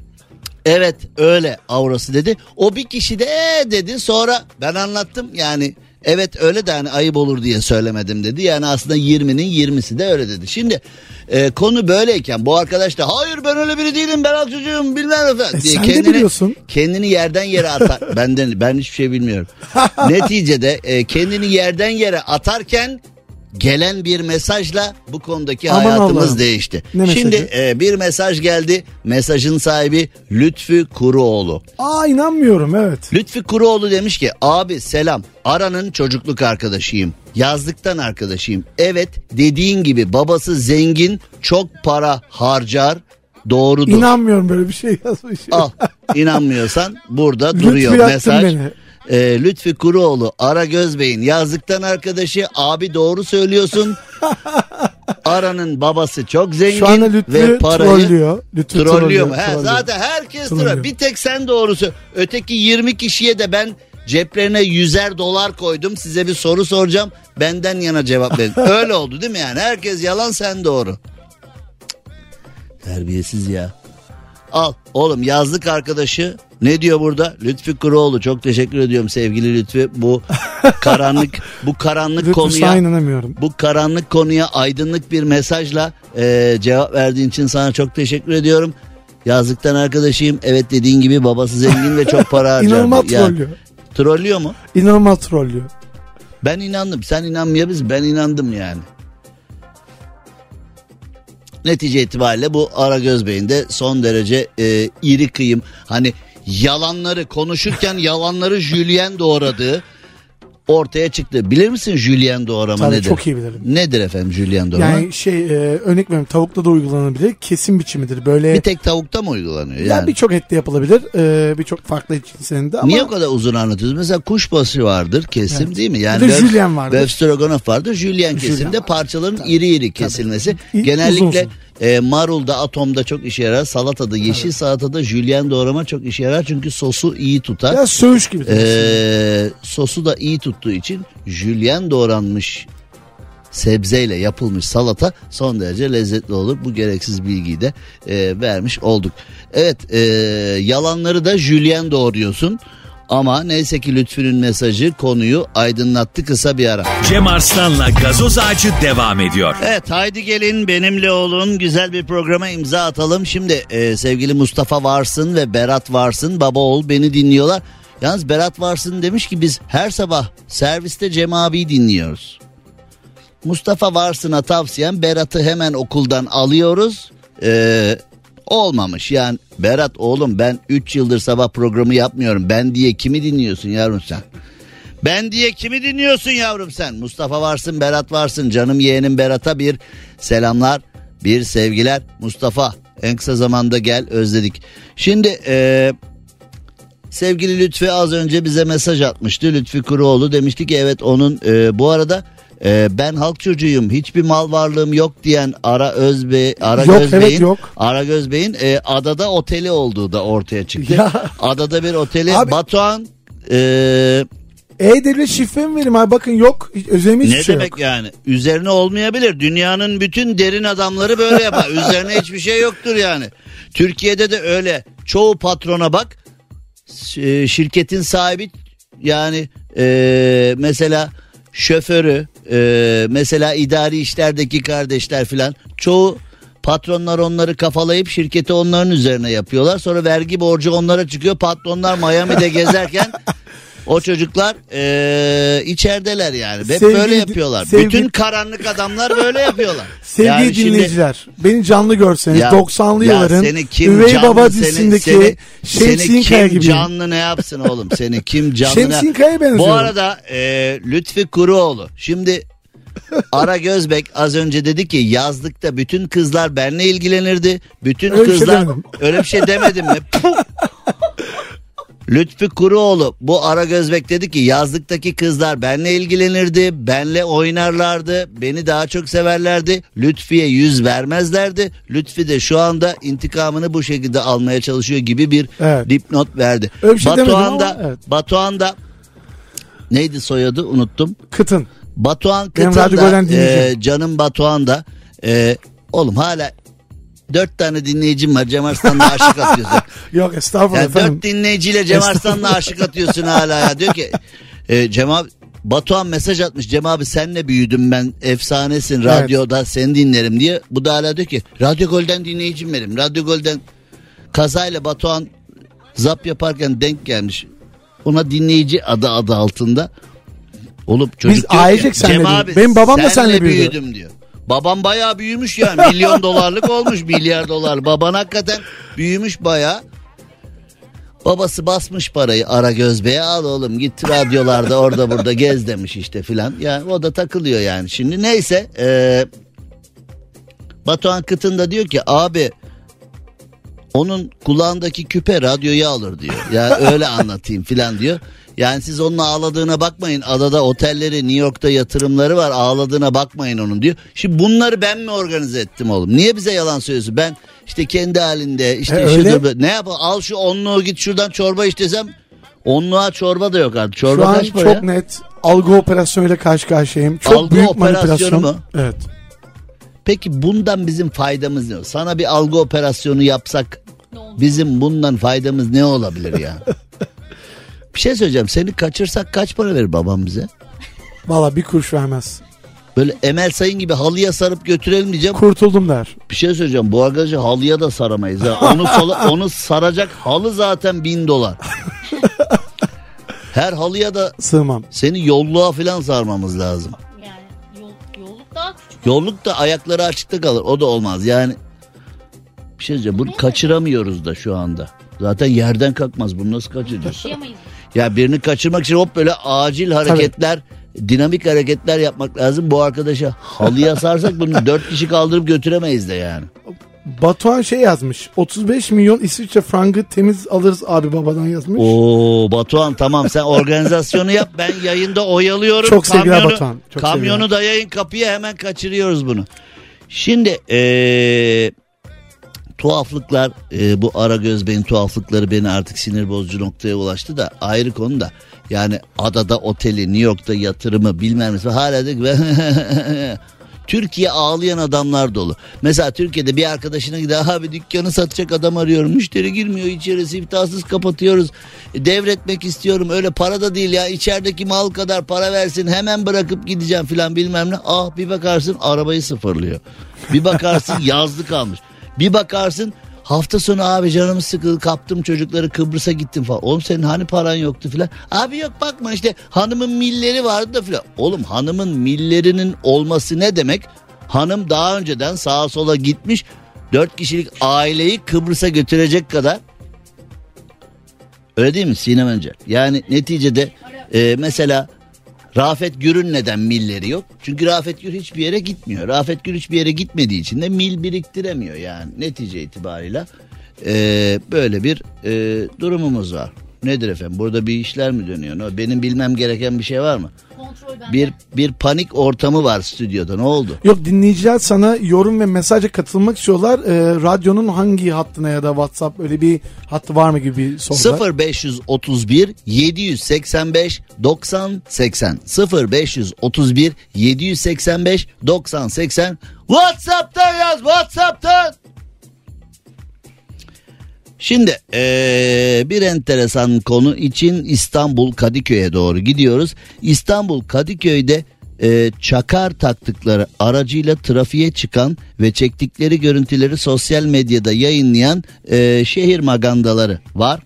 evet öyle aurası dedi. O bir kişi de ee dedi, sonra ben anlattım yani. Evet öyle de hani ayıp olur diye söylemedim dedi. Yani aslında yirminin yirmisi de öyle dedi. Şimdi e, konu böyleyken bu arkadaş da hayır ben öyle biri değilim, ben halk çocuğum bilmem efendim. E, diye sen kendini, de biliyorsun. Kendini yerden yere atar. Benden, ben hiçbir şey bilmiyorum. Neticede e, kendini yerden yere atarken gelen bir mesajla bu konudaki aman hayatımız Allah'ım. Değişti. Ne Şimdi e, bir mesaj geldi. Mesajın sahibi Lütfü Kuruoğlu. Aa, inanmıyorum, evet. Lütfü Kuruoğlu demiş ki abi selam, Ara'nın çocukluk arkadaşıyım. Yazlıktan arkadaşıyım. Evet, dediğin gibi babası zengin, çok para harcar. Doğrudur. İnanmıyorum, böyle bir şey yazmış. Al, inanmıyorsan burada duruyor Lütfü mesaj. Beni. E, Lütfü Kuruoğlu, Ara Gözbey'in yazlıktan arkadaşı. Abi doğru söylüyorsun. Ara'nın babası çok zengin. Şu anda Lütfü ve parayı trollüyor. Lütfü trollüyor, trollüyor mu? He, zaten herkes trollüyor. Bir tek sen doğrusu. Öteki yirmi kişiye de ben ceplerine yüzer dolar koydum. Size bir soru soracağım. Benden yana cevap verin. Öyle oldu değil mi yani? Herkes yalan, sen doğru. Terbiyesiz ya. Al oğlum, yazlık arkadaşı ne diyor burada? Lütfü Kuruoğlu, çok teşekkür ediyorum sevgili Lütfü. Bu karanlık bu karanlık konuya bu karanlık konuya aydınlık bir mesajla e, cevap verdiğin için sana çok teşekkür ediyorum. Yazlıktan arkadaşıyım. Evet, dediğin gibi babası zengin ve çok para harcar. İnanılmaz yani, trollüyor. Trollüyor mu? İnanılmaz trollüyor. Ben inandım. Sen inanmayabilirsin. Ben inandım yani. Netice itibariyle bu Ara Gözbey'in de son derece e, iri kıyım, hani yalanları konuşurken yalanları Julien doğradığı ortaya çıktı. Bilir misin Julien doğrama Tabii, nedir? çok iyi bilirim. Nedir efendim Julien doğrama? Yani şey e, örnek veriyorum, tavukta da uygulanabilir. Kesim biçimidir. Böyle bir tek tavukta mı uygulanıyor? Yani, yani birçok ette yapılabilir. E, birçok farklı cinsinden ama. Niye o kadar uzun anlatıyoruz? Mesela kuşbaşı vardır kesim, evet. Değil mi? Yani bir de Julien vardır. Böf stroganoff vardır. Julien kesimde parçaların tabii. iri iri kesilmesi. Tabii. Genellikle uzun uzun. E, marulda, atomda çok işe yarar. Salatada, yeşil evet. salatada Julien doğrama çok işe yarar. Çünkü sosu iyi tutar. Ya söğüş gibi. E, sosu da iyi tuttuğu için Julien doğranmış sebzeyle yapılmış salata son derece lezzetli olur. Bu gereksiz bilgiyi de e, vermiş olduk. Evet, e, yalanları da Julien doğruyorsun. Ama neyse ki Lütfü'nün mesajı konuyu aydınlattı. Kısa bir ara. Cem Arslan'la Gazoz Ağacı devam ediyor. Evet, haydi gelin benimle olun, güzel bir programa imza atalım. Şimdi e, sevgili Mustafa Varsın ve Berat Varsın, baba oğul beni dinliyorlar. Yalnız Berat Varsın demiş ki biz her sabah serviste Cem abiyi dinliyoruz. Mustafa Varsın'a tavsiyem Berat'ı hemen okuldan alıyoruz. Eee... Olmamış yani. Berat oğlum, ben üç yıldır sabah programı yapmıyorum. Ben diye kimi dinliyorsun yavrum sen? Ben diye kimi dinliyorsun yavrum sen? Mustafa Varsın, Berat Varsın, canım yeğenim Berat'a bir selamlar, bir sevgiler. Mustafa, en kısa zamanda gel, özledik. Şimdi e, sevgili Lütfi az önce bize mesaj atmıştı. Lütfi Kuruoğlu demişti ki evet onun e, bu arada Ee, ben halk çocuğuyum, hiçbir mal varlığım yok diyen Ara Özbey, Ara yok, Gözbey'in, evet, yok. Ara Gözbey'in e, adada oteli olduğu da ortaya çıktı. Ya. Adada bir oteli. Abi, Batuhan e, E-Devlet şifre mi vereyim abi, bakın yok, üzerime hiçbir ne şey demek yok. yani? Üzerine olmayabilir. Dünyanın bütün derin adamları böyle yapar. Üzerine hiçbir şey yoktur yani. Türkiye'de de öyle. Çoğu patrona bak, e, şirketin sahibi yani e, mesela şoförü, e, mesela idari işlerdeki kardeşler filan, çoğu patronlar onları kafalayıp şirketi onların üzerine yapıyorlar. Sonra vergi borcu onlara çıkıyor. Patronlar Miami'de gezerken o çocuklar e, içerideler yani. Hep sevgili, böyle yapıyorlar. Sevgili, Bütün karanlık adamlar böyle yapıyorlar. Sevgili yani dinleyiciler, şimdi, beni canlı görseniz ya, doksanlı yılların Üvey canlı, Baba dizisindeki Şemsin Kaya gibi. Canlı ne yapsın oğlum? Seni kim canlı? Şemsin Kaya'ya benziyor. Bu arada e, Lütfi Kuruoğlu. Şimdi Ara Gözbek az önce dedi ki yazlıkta bütün kızlar benimle ilgilenirdi. Bütün öyle kızlar şey öyle bir şey demedim mi? Lütfi Kuruoğlu, bu Ara Gözbek dedi ki yazlıktaki kızlar benimle ilgilenirdi, benle oynarlardı, beni daha çok severlerdi, Lütfi'ye yüz vermezlerdi. Lütfi de şu anda intikamını bu şekilde almaya çalışıyor gibi bir evet. dipnot verdi. Şey Batuhan da, evet. Batuhan da neydi soyadı, unuttum. Kıtın. Batuhan Kıtın da e, canım Batuhan da e, oğlum hala dört tane dinleyicim var, Cem Arslan'la aşık atıyorsun. Yok estağfurullah yani efendim. Dört dinleyiciyle Cem Arslan'la aşık atıyorsun hala ya. Diyor ki e, Cem abi, Batuhan mesaj atmış, Cem abi senle büyüdüm ben, efsanesin, radyoda evet. seni dinlerim diye. Bu da hala diyor ki Radyo Gol'den dinleyicim benim. Radyo Gol'den kazayla Batuhan zap yaparken denk gelmiş. Ona dinleyici adı adı altında. Oğlum çocuk biz diyor ailecek ki Cem abi benim babam da senle senle büyüdü. büyüdüm diyor. Babam bayağı büyümüş yani, milyon dolarlık olmuş, milyar dolar. Baban hakikaten büyümüş bayağı. Babası basmış parayı Ara Gözbey'e, al oğlum git radyolarda orada burada gez demiş işte filan. Yani o da takılıyor yani. Şimdi neyse ee, Batuhan Kıtın da diyor ki abi onun kulağındaki küpe radyoyu alır diyor. Ya yani öyle anlatayım filan diyor. Yani siz onun ağladığına bakmayın. Adada otelleri, New York'ta yatırımları var. Ağladığına bakmayın onun diyor. Şimdi bunları ben mi organize ettim oğlum? Niye bize yalan söylüyorsun? Ben işte kendi halinde işte e, şudur, ne yapayım? Al şu onluğu git şuradan çorba iç desem, onluğa çorba da yok artık. Çorba şu an kaç çok ya? net algı operasyonuyla karşı karşıyayım. Çok algı büyük operasyonu manipülasyon. mu? Evet. Peki bundan bizim faydamız ne? Sana bir algı operasyonu yapsak bizim bundan faydamız ne olabilir ya? Bir şey söyleyeceğim. Seni kaçırsak kaç para verir babam bize? Valla bir kuruş vermez. Böyle Emel Sayın gibi halıya sarıp götürelim diyeceğim. Kurtuldum der. Bir şey söyleyeceğim. Bu arkadaşı halıya da saramayız. Ha. Onu, sola, onu saracak halı zaten bin dolar. Her halıya da sığmam. Seni yolluğa falan sarmamız lazım. Yani yol, yolluk daha küçük. Yolluk da ayakları açıkta kalır. O da olmaz. Yani bir şey söyleyeceğim. Bunu kaçıramıyoruz da şu anda. Zaten yerden kalkmaz. Bunu nasıl kaçıracağız? Ya birini kaçırmak için hop böyle acil hareketler, tabii, dinamik hareketler yapmak lazım. Bu arkadaşa halıya sarsak bunu dört kişi kaldırıp götüremeyiz de yani. Batuhan şey yazmış. otuz beş milyon İsviçre frangı temiz alırız abi babadan yazmış. Oo Batuhan, tamam sen organizasyonu yap. Ben yayında oyalıyorum. Çok sevgiler Batuhan. Çok kamyonu sevgiler. da yayın kapıya, hemen kaçırıyoruz bunu. Şimdi ee, tuhaflıklar, e, bu Aragöz Bey'in tuhaflıkları beni artık sinir bozucu noktaya ulaştı da ayrı konu da. Yani adada oteli, New York'ta yatırımı bilmem ne hala da Türkiye ağlayan adamlar dolu. Mesela Türkiye'de bir arkadaşına gider, abi dükkanı satacak adam arıyorum, müşteri girmiyor içeri, siftahsız kapatıyoruz, devretmek istiyorum, öyle para da değil ya, içerideki mal kadar para versin hemen bırakıp gideceğim filan bilmem ne. Ah bir bakarsın arabayı sıfırlıyor, bir bakarsın yazlık almış, bir bakarsın hafta sonu abi canım sıkıldı, kaptım çocukları Kıbrıs'a gittim falan. Oğlum senin hani paran yoktu filan. Abi yok bakma işte hanımın milleri vardı da filan. Oğlum hanımın millerinin olması ne demek? Hanım daha önceden sağa sola gitmiş, dört kişilik aileyi Kıbrıs'a götürecek kadar. Öyle değil mi Sinem Öncel? Yani neticede e, mesela Rafet Gür'ün neden milleri yok? Çünkü Rafet Gür hiçbir yere gitmiyor. Rafet Gür hiçbir yere gitmediği için de mil biriktiremiyor yani netice itibariyle. Ee, böyle bir e, durumumuz var. Nedir efendim? Burada bir işler mi dönüyor? No, benim bilmem gereken bir şey var mı? Bir bir panik ortamı var stüdyoda. Ne oldu? Yok, dinleyiciler sana yorum ve mesaja katılmak istiyorlar. Ee, radyonun hangi hattına ya da WhatsApp öyle bir hattı var mı gibi bir soru. sıfır beş otuz bir yedi seksen beş doksan seksen sıfır beş otuz bir yedi seksen beş doksan seksen WhatsApp'tan yaz, WhatsApp'tan. Şimdi ee, bir enteresan konu için İstanbul Kadıköy'e doğru gidiyoruz. İstanbul Kadıköy'de e, çakar taktıkları aracıyla trafiğe çıkan ve çektikleri görüntüleri sosyal medyada yayınlayan e, şehir magandaları var.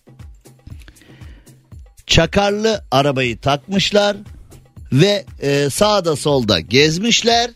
Çakarlı arabayı takmışlar ve e, sağda solda gezmişler.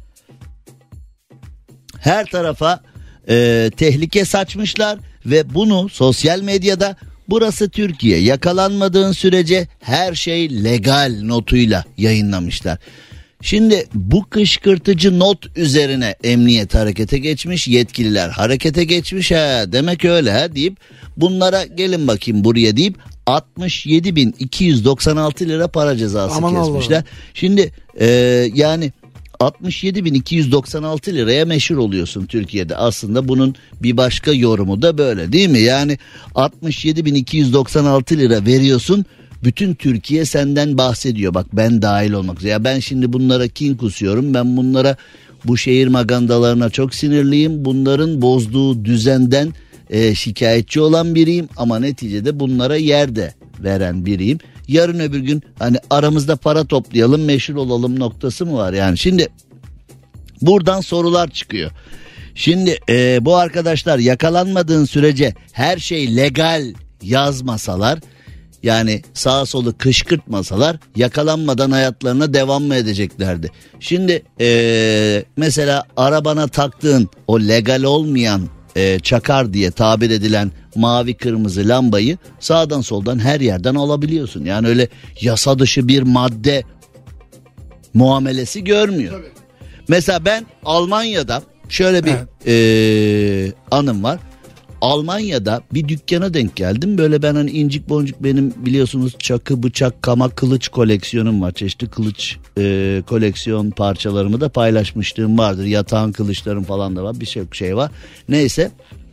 Her tarafa e, tehlike saçmışlar. Ve bunu sosyal medyada burası Türkiye, yakalanmadığın sürece her şey legal notuyla yayınlamışlar. Şimdi bu kışkırtıcı not üzerine emniyet harekete geçmiş, yetkililer harekete geçmiş, ha demek öyle ha deyip bunlara gelin bakayım buraya deyip altmış yedi bin iki yüz doksan altı lira para cezası Aman kesmişler. Allah. Şimdi e, yani altmış yedi bin iki yüz doksan altı liraya meşhur oluyorsun Türkiye'de. Aslında bunun bir başka yorumu da böyle değil mi? Yani altmış yedi bin iki yüz doksan altı lira veriyorsun, bütün Türkiye senden bahsediyor. Bak ben dahil olmak üzere. Ya ben şimdi bunlara kin kusuyorum. Ben bunlara, bu şehir magandalarına çok sinirliyim. Bunların bozduğu düzenden e, şikayetçi olan biriyim. Ama neticede bunlara yer de veren biriyim. Yarın öbür gün hani aramızda para toplayalım, meşhur olalım noktası mı var yani? Şimdi buradan sorular çıkıyor. Şimdi e, bu arkadaşlar yakalanmadığın sürece her şey legal yazmasalar, yani sağa solu kışkırtmasalar yakalanmadan hayatlarına devam mı edeceklerdi? Şimdi e, mesela arabana taktığın o legal olmayan e, çakar diye tabir edilen mavi kırmızı lambayı sağdan soldan her yerden alabiliyorsun. Yani öyle yasa dışı bir madde muamelesi görmüyor. Tabii. Mesela ben Almanya'da şöyle bir evet. e, anım var. Almanya'da bir dükkana denk geldim. Böyle ben hani incik boncuk, benim biliyorsunuz çakı, bıçak, kama, kılıç koleksiyonum var. Çeşitli kılıç e, koleksiyon parçalarımı da paylaşmışlığım vardır. Yatağın kılıçlarım falan da var. Bir şey şey var. Neyse.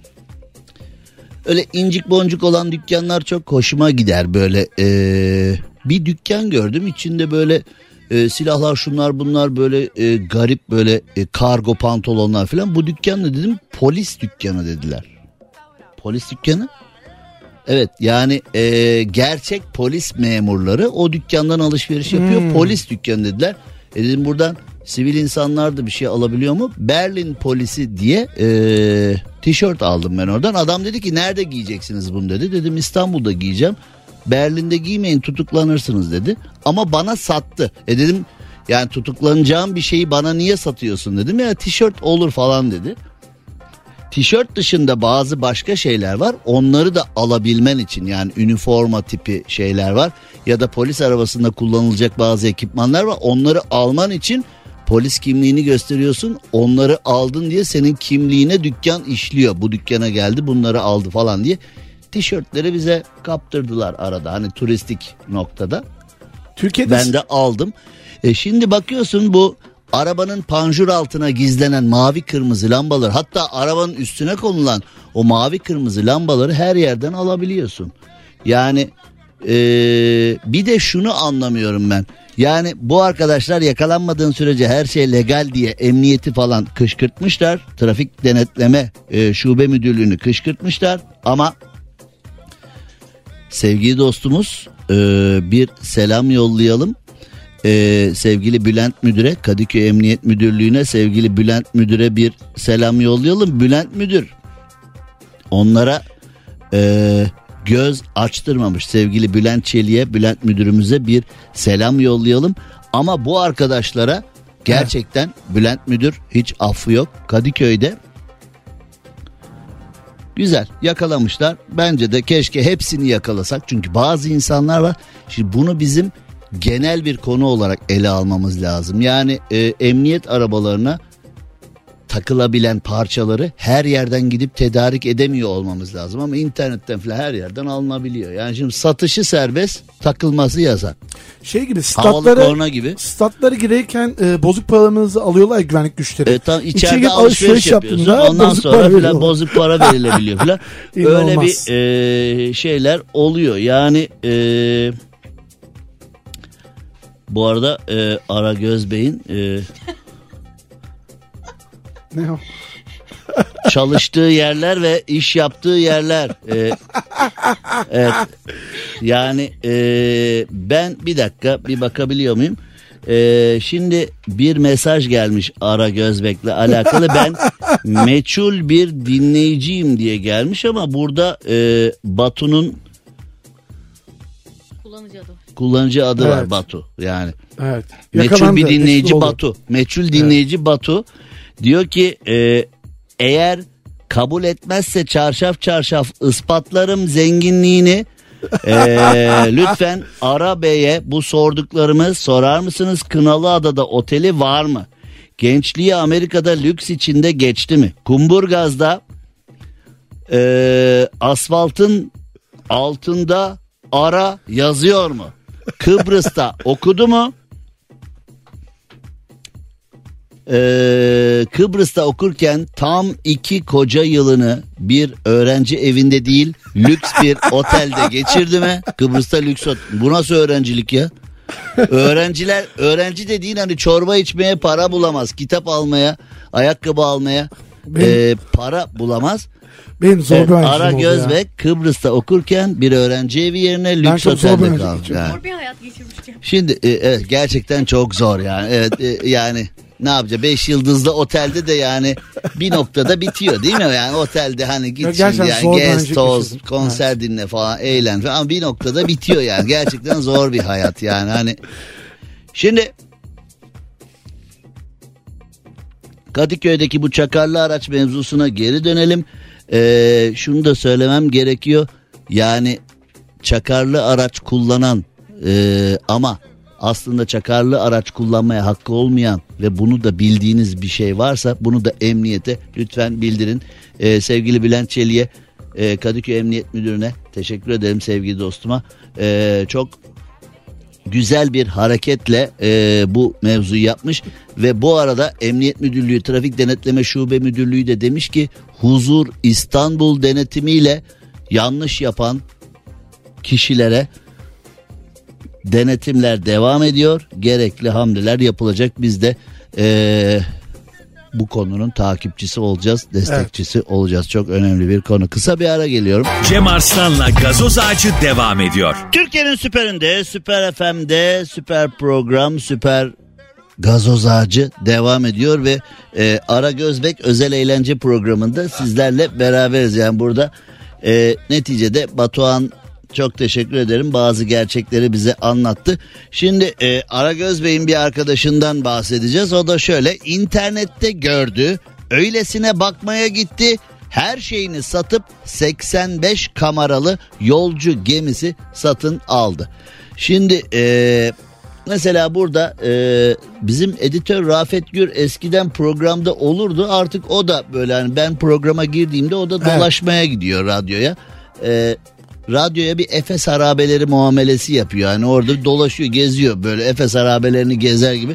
Öyle incik boncuk olan dükkanlar çok hoşuma gider böyle. E, bir dükkan gördüm. İçinde böyle e, silahlar, şunlar bunlar, böyle e, garip böyle e, kargo pantolonlar falan. Bu dükkan ne dedim? Polis dükkanı dediler. Polis dükkanı? Evet yani e, gerçek polis memurları o dükkandan alışveriş yapıyor. Hmm. Polis dükkanı dediler. E dedim buradan sivil insanlar da bir şey alabiliyor mu? Berlin polisi diye e, tişört aldım ben oradan. Adam dedi ki nerede giyeceksiniz bunu dedi. Dedim İstanbul'da giyeceğim. Berlin'de giymeyin, tutuklanırsınız dedi. Ama bana sattı. E dedim yani tutuklanacağım bir şeyi bana niye satıyorsun dedim. Ya tişört olur falan dedi. Tişört dışında bazı başka şeyler var. Onları da alabilmen için, yani üniforma tipi şeyler var. Ya da polis arabasında kullanılacak bazı ekipmanlar var. Onları alman için polis kimliğini gösteriyorsun. Onları aldın diye senin kimliğine dükkan işliyor. Bu dükkana geldi, bunları aldı falan diye. Tişörtleri bize kaptırdılar arada, hani turistik noktada. Türkiye'de ben de aldım. E şimdi bakıyorsun bu arabanın panjur altına gizlenen mavi kırmızı lambalar, hatta arabanın üstüne konulan o mavi kırmızı lambaları her yerden alabiliyorsun. Yani ee, bir de şunu anlamıyorum ben. Yani bu arkadaşlar yakalanmadığın sürece her şey legal diye emniyeti falan kışkırtmışlar. Trafik denetleme e, şube müdürlüğünü kışkırtmışlar. Ama sevgili dostumuz e, bir selam yollayalım. E, sevgili Bülent Müdür'e, Kadıköy Emniyet Müdürlüğü'ne sevgili Bülent Müdür'e bir selam yollayalım. Bülent Müdür onlara e, göz açtırmamış. Sevgili Bülent Çelik'e, Bülent Müdürümüze bir selam yollayalım. Ama bu arkadaşlara gerçekten evet. Bülent Müdür hiç affı yok. Kadıköy'de güzel yakalamışlar. Bence de keşke hepsini yakalasak. Çünkü bazı insanlar var. Şimdi bunu bizim genel bir konu olarak ele almamız lazım. Yani e, emniyet arabalarına takılabilen parçaları her yerden gidip tedarik edemiyor olmamız lazım. Ama internetten falan her yerden alınabiliyor. Yani şimdi satışı serbest, takılması yasak. Şey gibi statlara, gibi. statlara girerken e, bozuk paralarınızı alıyorlar ya güvenlik güçleri. E, tam içeride alışveriş, alışveriş yapıyorsun. Ondan sonra falan bozuk para verilebiliyor falan. Öyle bir e, şeyler oluyor. Yani e, bu arada e, Aragöz Bey'in e, ne o? çalıştığı yerler ve iş yaptığı yerler. Ee, evet. Yani e, ben bir dakika bir bakabiliyor muyum? Ee, şimdi bir mesaj gelmiş Ara Gözbek'le alakalı. Ben meçhul bir dinleyiciyim diye gelmiş ama burada e, Batu'nun kullanıcı adı. Kullanıcı adı evet. var Batu. Yani. Evet. Meçhul bir dinleyici Batu. Meçhul dinleyici evet. Batu. Diyor ki e, eğer kabul etmezse çarşaf çarşaf ispatlarım zenginliğini. e, lütfen Ara Bey'e bu sorduklarımı sorar mısınız? Kınalıada'da oteli var mı? Gençliği Amerika'da lüks içinde geçti mi? Kumburgaz'da e, asfaltın altında Ara yazıyor mu? Kıbrıs'ta okudu mu? Ee, Kıbrıs'ta okurken tam iki koca yılını bir öğrenci evinde değil lüks bir otelde geçirdi mi? Kıbrıs'ta lüks otel. Bu nasıl öğrencilik ya? Öğrenciler, öğrenci dediğin hani çorba içmeye para bulamaz, kitap almaya, ayakkabı almaya e, para bulamaz. Benim zor bir evet, Ara Gözbek Kıbrıs'ta okurken bir öğrenci evi yerine lüks otelde kaldı. Yani. Zor bir hayat geçirmiştim. Şimdi e, evet, gerçekten çok zor yani. Evet e, yani ne yapacak? Beş yıldızlı otelde de yani bir noktada bitiyor değil mi? Yani otelde hani git ya şimdi yani gez, toz, konser evet. dinle falan, eğlen falan ama bir noktada bitiyor yani. Gerçekten zor bir hayat yani hani. Şimdi Kadıköy'deki bu çakarlı araç mevzusuna geri dönelim. Ee, şunu da söylemem gerekiyor. Yani çakarlı araç kullanan e, ama aslında çakarlı araç kullanmaya hakkı olmayan ve bunu da bildiğiniz bir şey varsa bunu da emniyete lütfen bildirin. Ee, sevgili Bülent Çelik'e, e, Kadıköy Emniyet Müdürü'ne teşekkür ederim, sevgili dostuma. Ee, çok güzel bir hareketle e, bu mevzuyu yapmış ve bu arada Emniyet Müdürlüğü Trafik Denetleme Şube Müdürlüğü de demiş ki Huzur İstanbul denetimiyle yanlış yapan kişilere denetimler devam ediyor. Gerekli hamleler yapılacak. Biz de e, bu konunun takipçisi olacağız, destekçisi evet. olacağız. Çok önemli bir konu. Kısa bir ara geliyorum. Cem Arslan'la Gazoz Ağacı devam ediyor. Türkiye'nin süperinde, Süper F M'de, süper program, süper Gazoz Ağacı devam ediyor ve e, Ara Gözbek özel eğlence programında sizlerle beraberiz. Yani burada e, neticede Batuhan, çok teşekkür ederim, bazı gerçekleri bize anlattı. Şimdi e, Aragöz Bey'in bir arkadaşından bahsedeceğiz. O da şöyle: internette gördü, öylesine bakmaya gitti, her şeyini satıp seksen beş kameralı yolcu gemisi satın aldı. Şimdi e, mesela burada e, bizim editör Rafet Gür eskiden programda olurdu, artık o da böyle hani ben programa girdiğimde o da dolaşmaya evet. gidiyor radyoya. E, radyoya bir Efes harabeleri muamelesi yapıyor. Yani orada dolaşıyor, geziyor böyle Efes harabelerini gezer gibi.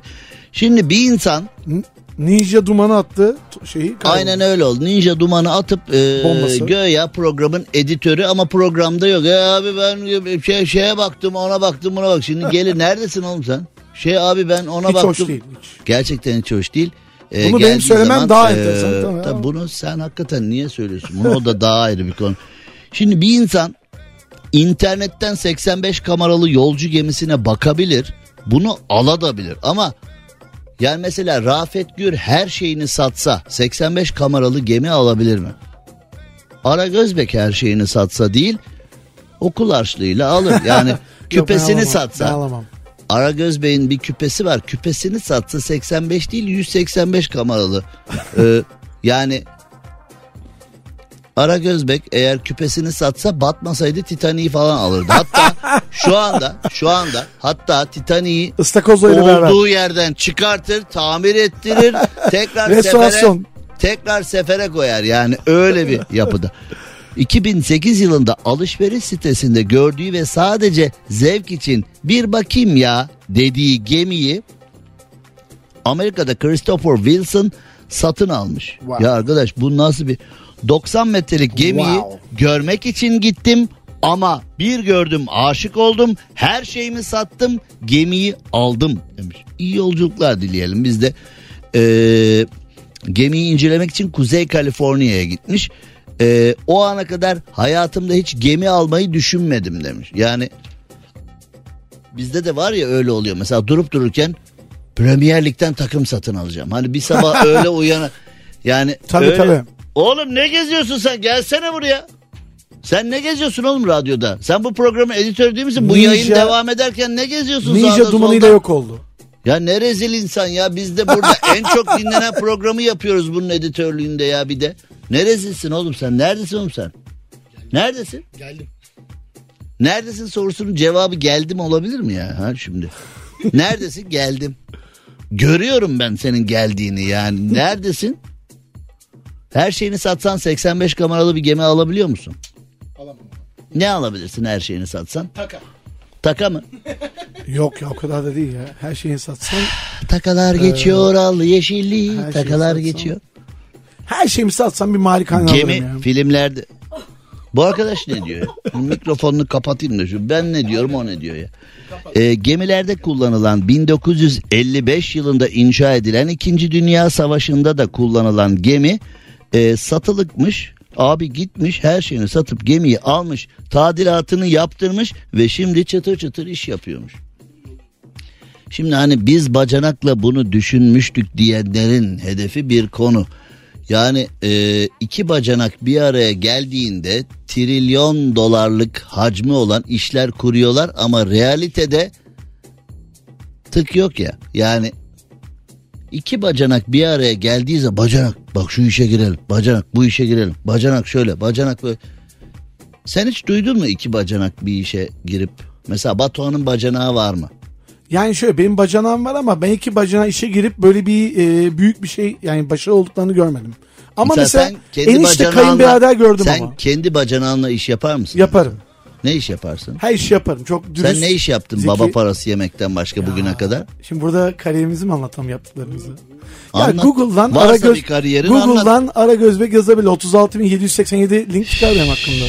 Şimdi bir insan Ninja dumanı attı şeyi. Kayboldu. Aynen öyle oldu. Ninja dumanı atıp e, göya programın editörü ama programda yok. Ya abi ben şey, şeye baktım ona baktım buna bak. Şimdi gelir neredesin oğlum sen? Şey abi ben ona hiç baktım. Hiç hoş değil. Hiç. Gerçekten hiç hoş değil. Ee, bunu benim söylemem zaman, daha e, enteresan. Tamam, tabii bunu sen hakikaten niye söylüyorsun? Bunu o da daha ayrı bir konu. Şimdi bir insan internetten seksen beş kameralı yolcu gemisine bakabilir. Bunu alabilir ama yani mesela Rafet Gür her şeyini satsa seksen beş kameralı gemi alabilir mi? Ara Gözbek her şeyini satsa değil, okul harçlığıyla alır. Yani küpesini Yok, ben satsa. Ben alamam. Ara Gözbek'in bir küpesi var. Küpesini satsa seksen beş değil yüz seksen beş kameralı. ee, yani Ara Gözbek eğer küpesini satsa batmasaydı Titanic'i falan alırdı. Hatta şu anda şu anda hatta Titanic'i olduğu yerden çıkartır, tamir ettirir, tekrar sefere, tekrar sefere koyar. Yani öyle bir yapıda. iki bin sekiz yılında alışveriş sitesinde gördüğü ve sadece zevk için bir bakayım ya dediği gemiyi Amerika'da Christopher Wilson satın almış. Wow. Ya arkadaş bu nasıl bir doksan metrelik gemiyi wow. görmek için gittim ama bir gördüm aşık oldum, her şeyimi sattım, gemiyi aldım demiş. İyi yolculuklar dileyelim. Biz de ee, gemiyi incelemek için Kuzey Kaliforniya'ya gitmiş. Ee, o ana kadar hayatımda hiç gemi almayı düşünmedim demiş. Yani bizde de var ya öyle oluyor. Mesela durup dururken Premier Lig'den takım satın alacağım. Hani bir sabah öyle uyanır. Yani tabii öyle... tabii. Oğlum ne geziyorsun sen? Gelsene buraya. Sen ne geziyorsun oğlum radyoda? Sen bu programın editörü değil misin? Bu Ninja, yayın devam ederken ne geziyorsun? Ninja dumanıyla yok oldu. Ya ne rezil insan ya. Biz de burada en çok dinlenen programı yapıyoruz bunun editörlüğünde ya bir de. Ne rezilsin oğlum sen? Neredesin oğlum sen? Neredesin? Geldim. Neredesin sorusunun cevabı geldim olabilir mi ya? Ha şimdi. Neredesin? Geldim. Görüyorum ben senin geldiğini yani. Neredesin? Her şeyini satsan seksen beş kameralı bir gemi alabiliyor musun? Alamam. Ne alabilirsin her şeyini satsan? Taka. Taka mı? Yok ya o kadar da değil ya. Her şeyini satsan. Takalar geçiyor ee, al yeşilli. Takalar geçiyor. Her şeyimi satsam bir malikane alırım ya. Gemi filmlerde. Bu arkadaş ne diyor ya? Mikrofonunu kapatayım da şu. Ben ne diyorum o ne diyor ya? E, gemilerde kullanılan bin dokuz yüz elli beş yılında inşa edilen İkinci Dünya Savaşı'nda da kullanılan gemi e, satılıkmış. Abi gitmiş her şeyini satıp gemiyi almış, tadilatını yaptırmış ve şimdi çıtır çıtır iş yapıyormuş. Şimdi hani biz bacanakla bunu düşünmüştük diyenlerin hedefi bir konu. Yani e, iki bacanak bir araya geldiğinde trilyon dolarlık hacmi olan işler kuruyorlar ama realitede tık yok ya. Yani iki bacanak bir araya geldiği zaman bacanak bak şu işe girelim, bacanak bu işe girelim, bacanak şöyle, bacanak böyle. Sen hiç duydun mu iki bacanak bir işe girip? Mesela Batuhan'ın bacanağı var mı? Yani şöyle benim bacanağım var ama ben iki bacanağa işe girip böyle bir e, büyük bir şey yani başarılı olduklarını görmedim. Ama mesela, mesela enişte kayınbirader gördüm sen ama. Sen kendi bacanağınla iş yapar mısın? Yaparım. Ne iş yaparsın? Her iş yaparım. Çok dürüst. Sen ne iş yaptın zeki. Baba parası yemekten başka ya, bugüne kadar? Şimdi burada kariyerimizi mi anlatalım yaptıklarımızı? Anlat. Ya Google'dan Varsa Aragöz, bir kariyerin Google'dan anlat. Ara Gözbek yazabilir. otuz altı bin yedi yüz seksen yedi link çıkar benim hakkımda.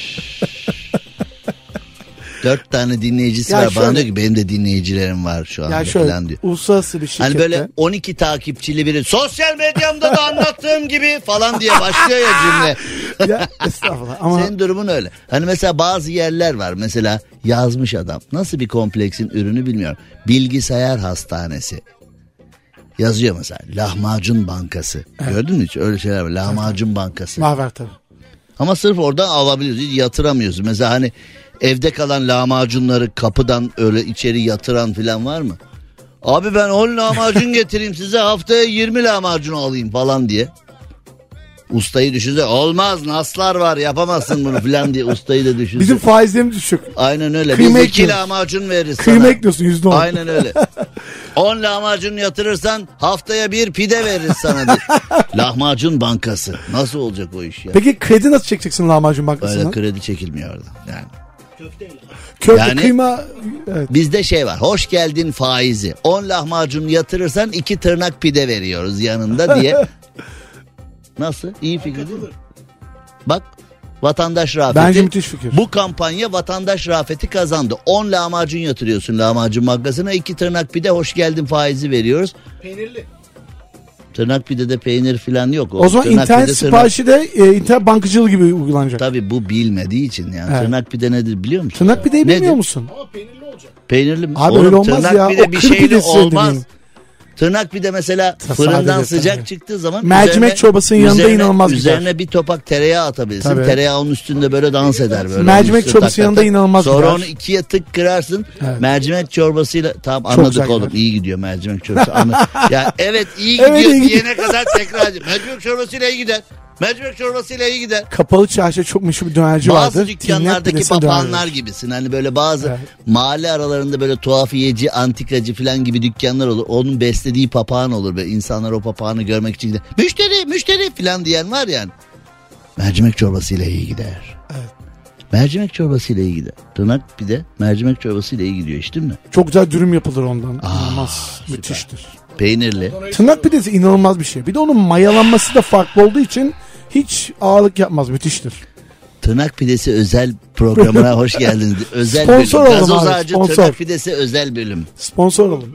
Dört tane dinleyicisi ya var. Şöyle, bana diyor ki benim de dinleyicilerim var şu anda şöyle, falan diyor. Uluslararası bir şirkette. Hani böyle on iki takipçili biri sosyal medyamda da anlattığım gibi falan diye başlıyor ya cümle. Ya estağfurullah. Ama... Senin durumun öyle. Hani mesela bazı yerler var. Mesela yazmış adam. Nasıl bir kompleksin ürünü bilmiyorum. Bilgisayar hastanesi. Yazıyor mesela. Lahmacun bankası. Evet. Gördün mü hiç? Öyle şeyler var. Lahmacun evet. bankası. Var var tabii. Ama sırf oradan alabiliyoruz. Hiç yatıramıyoruz. Mesela hani evde kalan lahmacunları kapıdan öyle içeri yatıran falan var mı? Abi ben on lahmacun getireyim size, haftaya yirmi lahmacun alayım falan diye. Ustayı düşünse olmaz, naslar var, yapamazsın bunu falan diye ustayı da düşünse. Bizim faizlerimiz düşük. Aynen öyle. Kıyma Biz iki lahmacun veririz sana. Kıyma ekliyorsun yüzde on. Aynen öyle. on lahmacun yatırırsan haftaya bir pide veririz sana diye. Lahmacun bankası. Nasıl olacak o iş ya? Peki kredi nasıl çekeceksin lahmacun bankasından? Öyle kredi çekilmiyor orada yani. Köfte, Yani kıyma. Evet. Bizde şey var. Hoş geldin faizi. on lahmacun yatırırsan iki tırnak pide veriyoruz yanında diye. Nasıl? İyi fikir değil mi? Bak, vatandaş rafeti. Bence müthiş fikir. Bu kampanya vatandaş rafeti kazandı. on lahmacun yatırıyorsun lahmacun magazına, iki tırnak pide hoş geldin faizi veriyoruz. Peynirli. Tırnak pidede peynir falan yok. O, o zaman tırnak internet pide, siparişi tırnak... de e, internet bankacılığı gibi uygulanacak. Tabii bu bilmediği için yani. Evet. Tırnak pide nedir biliyor musun? Tırnak pideyi nedir? bilmiyor musun? Ama peynirli olacak. Peynirli mi? Abi Oğlum, öyle olmaz tırnak ya. pide O bir kır şeyle pidesi olmaz. dediğin. Tırnak pide mesela Sadece fırından sıcak tabii. çıktığı zaman mercimek üzerine, çorbasının yanında üzerine, inanılmaz üzerine gider. bir topak tereyağı atabilirsin. Tabii. Tereyağı onun üstünde böyle dans eder böyle. Mercimek çorbası yanında tak, inanılmaz Sonra gider. onu ikiye tık kırarsın. Evet. Mercimek çorbasıyla tamam anladık oğlum. gider. İyi gidiyor mercimek çorbası. ya evet iyi Evet, gidiyor iyi diyene kadar tekrar edeyim. Mercimek çorbasıyla iyi gider. Mercimek çorbasıyla iyi gider. Kapalı çarşıda çok meşhur bir dönerci bazı vardır. Bazı dükkanlardaki papağanlar gibisin. Hani böyle bazı evet. mahalle aralarında böyle tuhafiyeci, antikacı falan gibi dükkanlar olur. Onun beslediği papağan olur. Böyle insanlar o papağanı görmek için gider. Müşteri, müşteri falan diyen var yani. Mercimek çorbasıyla iyi gider. Evet. Mercimek çorbasıyla iyi gider. Tırnak pide mercimek çorbasıyla iyi gidiyor işte, değil mi? Çok güzel dürüm yapılır ondan. Aa, İnanılmaz. Müthiştir. Peynirli. Tırnak pidesi inanılmaz bir şey. Bir de onun mayalanması da farklı olduğu için hiç ağırlık yapmaz. Müthiştir. Tırnak pidesi özel programına hoş geldiniz. Özel sponsor bölüm. Gazoz abi, ağacı sponsor. Tırnak pidesi özel bölüm. Sponsor olun.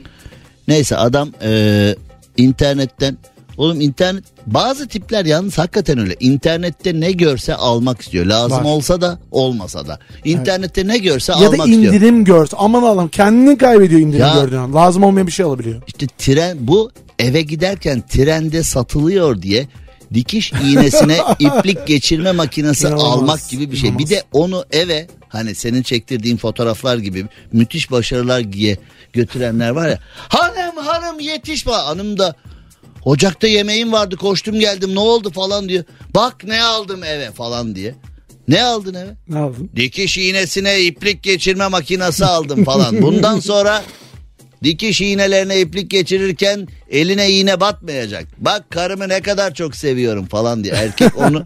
Neyse adam e, internetten oğlum internet bazı tipler yalnız hakikaten öyle. İnternette ne görse almak istiyor. Lazım var. Olsa da olmasa da. İnternette evet. ne görse ya almak istiyor. Ya da indirim istiyor. Görse aman Allah'ım kendini kaybediyor indirim ya, gördüğün. Lazım olmayan bir şey alabiliyor. İşte tren bu eve giderken trende satılıyor diye dikiş iğnesine iplik geçirme makinesi İnanılmaz. almak gibi bir şey. İnanılmaz. Bir de onu eve hani senin çektirdiğin fotoğraflar gibi müthiş başarılar diye götürenler var ya. Hanım hanım yetiş falan. Hanım da ocakta yemeğim vardı koştum geldim ne oldu falan diyor. Bak ne aldım eve falan diye. Ne aldın eve? Ne aldın? Dikiş iğnesine iplik geçirme makinesi aldım falan. Bundan sonra dikiş iğnelerine iplik geçirirken eline iğne batmayacak. Bak karımı ne kadar çok seviyorum falan diye. Erkek onu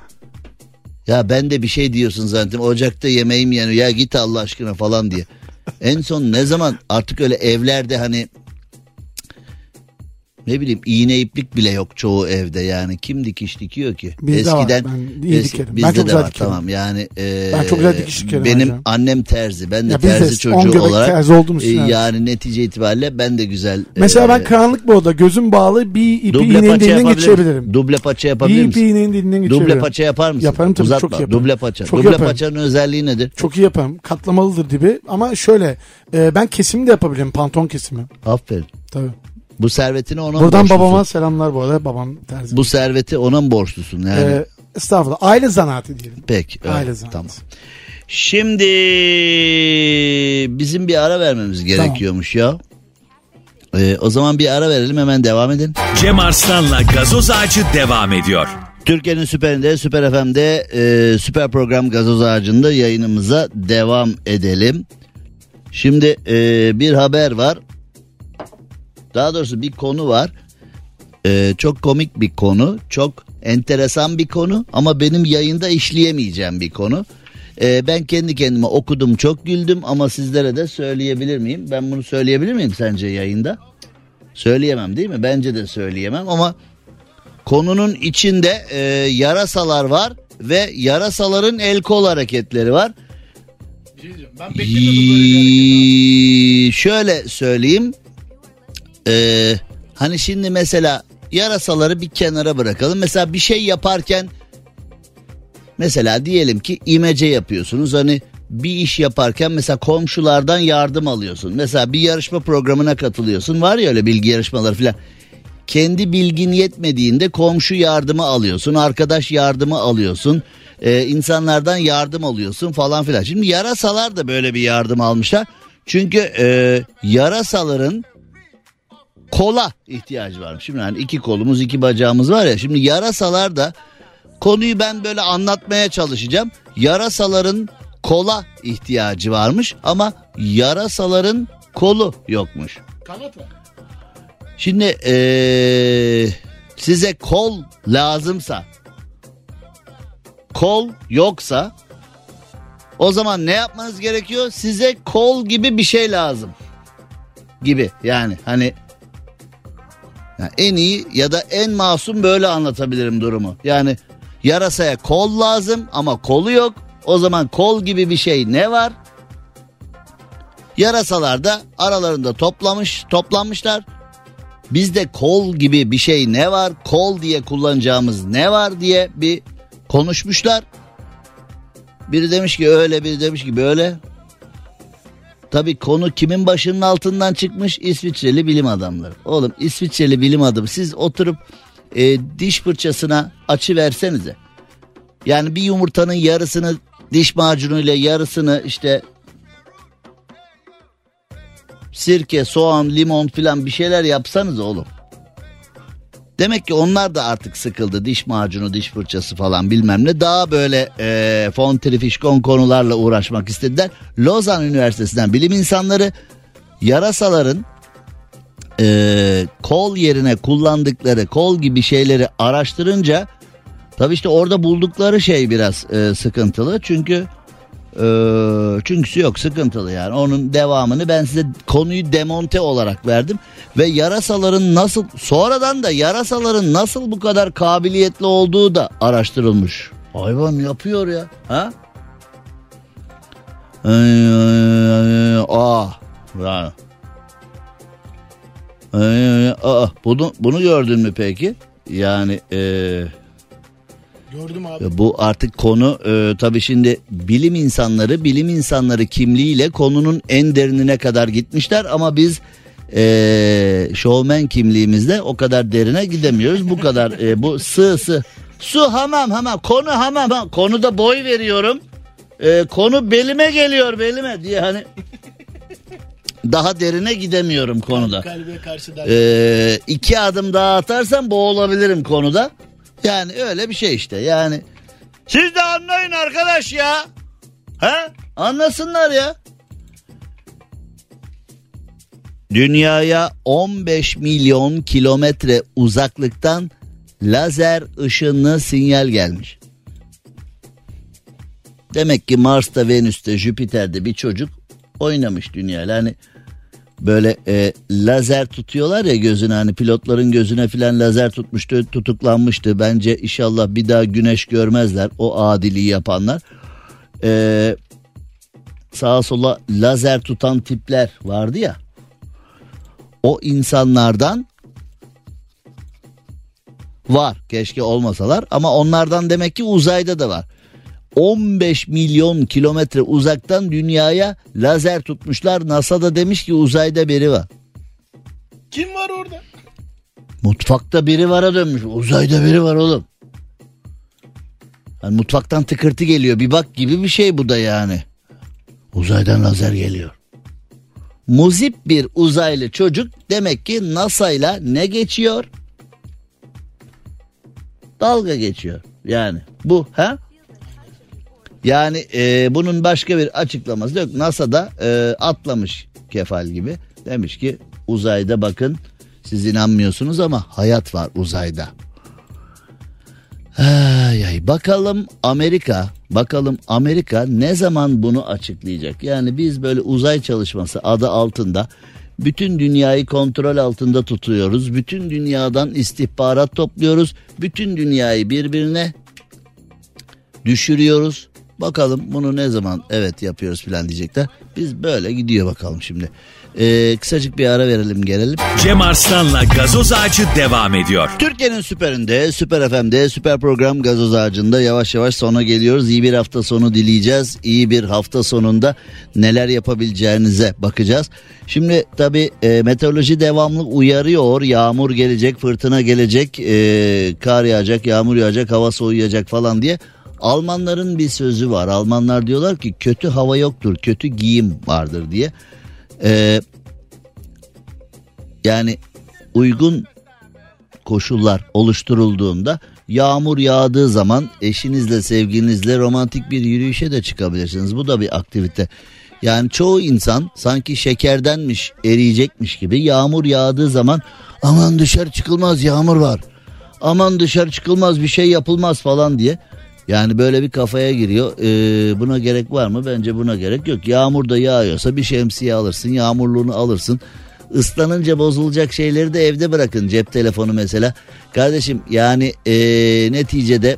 ya ben de bir şey diyorsun zaten ocakta yemeğim yanıyor ya git Allah aşkına falan diye. En son ne zaman artık öyle evlerde hani ne bileyim iğne iplik bile yok çoğu evde yani kim dikiş dikiyor ki? Bizde eskiden var. Ben iyi es, dikerim. bizde Ben çok de güzel var dikerim. tamam yani e, ben çok güzel dikiş dikerim. Benim hocam. annem terzi ben de ya terzi de çocuğu olarak terzi olduğumuz e, yani netice itibariyle ben de güzel. Mesela e, ben karanlık bir oda gözüm bağlı bir ipi iğnenin dilinden geçirebilirim. Duble paça yapabilir misin? misin? Bir ipi iğnenin dilinden geçirebilirim. Duble paça yapar mısın? Yaparım tabii Uzatma. çok yaparım. Duble paça. Çok Duble yaparım. paçanın özelliği nedir? Çok iyi yaparım. Katlamalıdır dibi ama şöyle e, ben kesimi de yapabilirim pantolon kesimi. Aferin. Tabii. Bu servetini ona mı Buradan borçlusun? babama selamlar bu arada. Babam terzi. Bu serveti ona mı borçlusun yani? Ee, estağfurullah. Aile zanaatı diyelim. Peki. Evet, Aile zanaatı. Tamam. Şimdi bizim bir ara vermemiz gerekiyormuş tamam. ya. Ee, o zaman bir ara verelim hemen devam edin. Cem Arslan'la Gazoz Ağacı devam ediyor. Türkiye'nin süperinde Süper F M'de e, süper program Gazoz Ağacı'nda yayınımıza devam edelim. Şimdi e, bir haber var. Daha doğrusu bir konu var. Ee, çok komik bir konu. Çok enteresan bir konu. Ama benim yayında işleyemeyeceğim bir konu. Ee, ben kendi kendime okudum çok güldüm. Ama sizlere de söyleyebilir miyim? Ben bunu söyleyebilir miyim sence yayında? Söyleyemem değil mi? Bence de söyleyemem ama konunun içinde e, yarasalar var. Ve yarasaların el kol hareketleri var. Ben beklemiyordum böyle bir hareket. Şöyle söyleyeyim. Ee, hani şimdi mesela yarasaları bir kenara bırakalım. Mesela bir şey yaparken mesela diyelim ki imece yapıyorsunuz. Hani bir iş yaparken mesela komşulardan yardım alıyorsun. Mesela bir yarışma programına katılıyorsun. Var ya öyle bilgi yarışmaları falan. Kendi bilgin yetmediğinde komşu yardımı alıyorsun. Arkadaş yardımı alıyorsun. Ee, insanlardan yardım alıyorsun falan filan. Şimdi yarasalar da böyle bir yardım almışlar. Çünkü e, yarasaların kola ihtiyacı var. Şimdi hani iki kolumuz iki bacağımız var ya. Şimdi yarasalar da konuyu ben böyle anlatmaya çalışacağım. Yarasaların kola ihtiyacı varmış ama yarasaların kolu yokmuş. Kanat var. Şimdi ee, size kol lazımsa, kol yoksa O zaman ne yapmanız gerekiyor? Size kol gibi bir şey lazım. Gibi yani hani yani en iyi ya da en masum böyle anlatabilirim durumu. Yani yarasaya kol lazım ama kolu yok. O zaman kol gibi bir şey ne var? Yarasalar da aralarında toplamış, toplanmışlar. Bizde kol gibi bir şey ne var? Kol diye kullanacağımız ne var diye bir konuşmuşlar. Biri demiş ki öyle, biri demiş ki böyle. Tabii konu kimin başının altından çıkmış? İsviçreli bilim adamları. Oğlum İsviçreli bilim adamı, siz oturup e, diş fırçasına açı versenize. Yani bir yumurtanın yarısını diş macunuyla, yarısını işte sirke, soğan, limon filan bir şeyler yapsanız oğlum. Demek ki onlar da artık sıkıldı, diş macunu, diş fırçası falan bilmem ne. Daha böyle e, fontrifişkon konularla uğraşmak istediler. Lozan Üniversitesi'nden bilim insanları yarasaların e, kol yerine kullandıkları kol gibi şeyleri araştırınca, tabii işte orada buldukları şey biraz e, sıkıntılı. Çünkü e, çünküsü yok, sıkıntılı yani. Onun devamını ben size konuyu demonte olarak verdim. Ve yarasaların nasıl, sonradan da yarasaların nasıl bu kadar kabiliyetli olduğu da araştırılmış. Hayvan yapıyor ya. Ha? Aa. Yani. Aa, bunu bunu gördün mü peki? Yani eee gördüm abi. Bu artık konu e, tabii şimdi bilim insanları bilim insanları kimliğiyle konunun en derinine kadar gitmişler ama biz e, şovmen kimliğimizle o kadar derine gidemiyoruz. Bu kadar e, bu sığ sığ su hamam hamam konu hamam, hamam. Konuda boy veriyorum. E, konu belime geliyor, belime diye hani daha derine gidemiyorum konuda. Kalbe karşı e, iki adım daha atarsam boğulabilirim konuda. Yani öyle bir şey işte yani. Siz de anlayın arkadaş ya. He? Anlasınlar ya. Dünyaya on beş milyon kilometre uzaklıktan lazer ışınlı sinyal gelmiş. Demek ki Mars'ta, Venüs'te, Jüpiter'de bir çocuk oynamış dünyayla. Hani böyle e, lazer tutuyorlar ya gözüne, hani pilotların gözüne filan lazer tutmuştu, tutuklanmıştı. Bence inşallah bir daha güneş görmezler o adiliği yapanlar. E, sağa sola lazer tutan tipler vardı ya, o insanlardan var, keşke olmasalar ama onlardan demek ki uzayda da var. on beş milyon kilometre uzaktan dünyaya lazer tutmuşlar. NASA da demiş ki uzayda biri var. Kim var orada? Mutfakta biri vara dönmüş. Uzayda biri var oğlum. Yani mutfaktan tıkırtı geliyor, bir bak gibi bir şey bu da yani. Uzaydan lazer geliyor. Muzip bir uzaylı çocuk demek ki NASA'yla ne geçiyor? Dalga geçiyor. Yani bu ha? Yani e, bunun başka bir açıklaması yok. NASA'da e, atlamış kefal gibi. Demiş ki uzayda bakın, siz inanmıyorsunuz ama hayat var uzayda. Ay ay, bakalım Amerika, bakalım Amerika ne zaman bunu açıklayacak? Yani biz böyle uzay çalışması adı altında bütün dünyayı kontrol altında tutuyoruz. Bütün dünyadan istihbarat topluyoruz. Bütün dünyayı birbirine düşürüyoruz. Bakalım bunu ne zaman evet yapıyoruz falan diyecekler. Biz böyle gidiyor bakalım şimdi. Ee, kısacık bir ara verelim, gelelim. Cem Arslan'la Gazoz Ağacı devam ediyor. Türkiye'nin süperinde, Süper F M'de, süper program Gazoz Ağacı'nda yavaş yavaş sona geliyoruz. İyi bir hafta sonu dileyeceğiz. İyi bir hafta sonunda neler yapabileceğinize bakacağız. Şimdi tabii e, meteoroloji devamlı uyarıyor. Yağmur gelecek, fırtına gelecek, e, kar yağacak, yağmur yağacak, hava soğuyacak falan diye. Almanların bir sözü var. Almanlar diyorlar ki kötü hava yoktur, kötü giyim vardır diye. Ee, yani uygun koşullar oluşturulduğunda, yağmur yağdığı zaman eşinizle, sevgilinizle romantik bir yürüyüşe de çıkabilirsiniz. Bu da bir aktivite. Yani çoğu insan sanki şekerdenmiş, eriyecekmiş gibi yağmur yağdığı zaman aman dışarı çıkılmaz, yağmur var, aman dışarı çıkılmaz, bir şey yapılmaz falan diye. Yani böyle bir kafaya giriyor. Ee, buna gerek var mı? Bence buna gerek yok. Yağmur da yağıyorsa bir şemsiye alırsın, yağmurluğunu alırsın. Islanınca bozulacak şeyleri de evde bırakın. Cep telefonu mesela. Kardeşim yani ee, neticede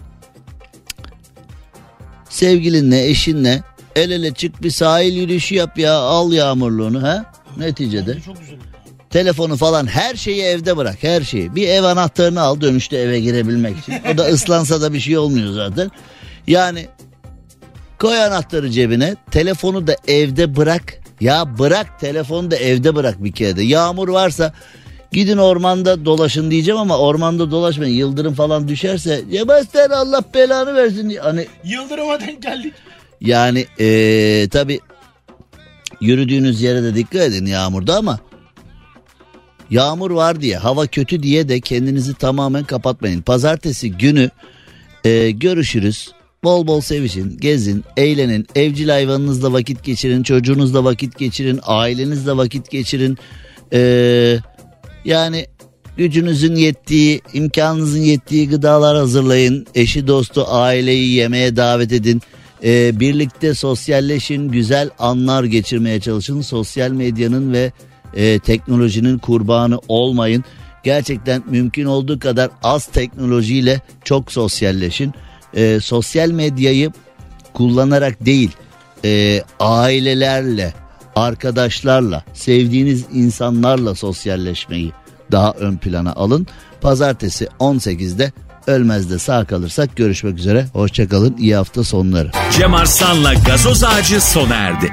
sevgilinle, eşinle el ele çık bir sahil yürüyüşü yap ya. Al yağmurluğunu ha. Neticede. Çok güzel. Telefonu falan her şeyi evde bırak, her şeyi. Bir ev anahtarını al dönüşte eve girebilmek için. O da ıslansa da bir şey olmuyor zaten. Yani koy anahtarı cebine, telefonu da evde bırak. Ya bırak, telefonu da evde bırak bir kere de. Yağmur varsa gidin ormanda dolaşın diyeceğim ama ormanda dolaşmayın. Yıldırım falan düşerse Cebester Allah belanı versin. Hani Yıldırıma denk geldik. Yani ee, tabii yürüdüğünüz yere de dikkat edin yağmurda ama yağmur var diye, hava kötü diye de kendinizi tamamen kapatmayın. Pazartesi günü e, görüşürüz. Bol bol sevişin, gezin, eğlenin, evcil hayvanınızla vakit geçirin, çocuğunuzla vakit geçirin, ailenizle vakit geçirin. Ee, yani gücünüzün yettiği, imkanınızın yettiği gıdalar hazırlayın. Eşi, dostu, aileyi yemeğe davet edin. Ee, birlikte sosyalleşin, güzel anlar geçirmeye çalışın. Sosyal medyanın ve e, teknolojinin kurbanı olmayın. Gerçekten mümkün olduğu kadar az teknolojiyle çok sosyalleşin. E, sosyal medyayı kullanarak değil, e, ailelerle, arkadaşlarla, sevdiğiniz insanlarla sosyalleşmeyi daha ön plana alın. Pazartesi on sekizde Ölmez'de sağ kalırsak görüşmek üzere. Hoşçakalın, iyi hafta sonları. Cem Arslan'la Gazoz Ağacı sona erdi.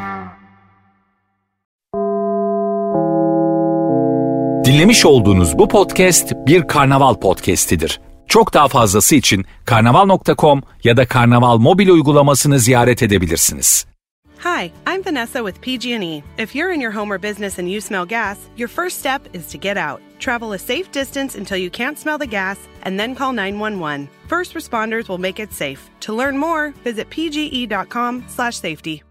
Dinlemiş olduğunuz bu podcast bir karnaval podcastidir. Çok daha fazlası için karnaval nokta com ya da karnaval mobil uygulamasını ziyaret edebilirsiniz. Hi, I'm Vanessa with P G and E. If you're in your home or business and you smell gas, your first step is to get out. Travel a safe distance until you can't smell the gas, and then call nine one one. First responders will make it safe. To learn more, visit p g e dot com slash safety.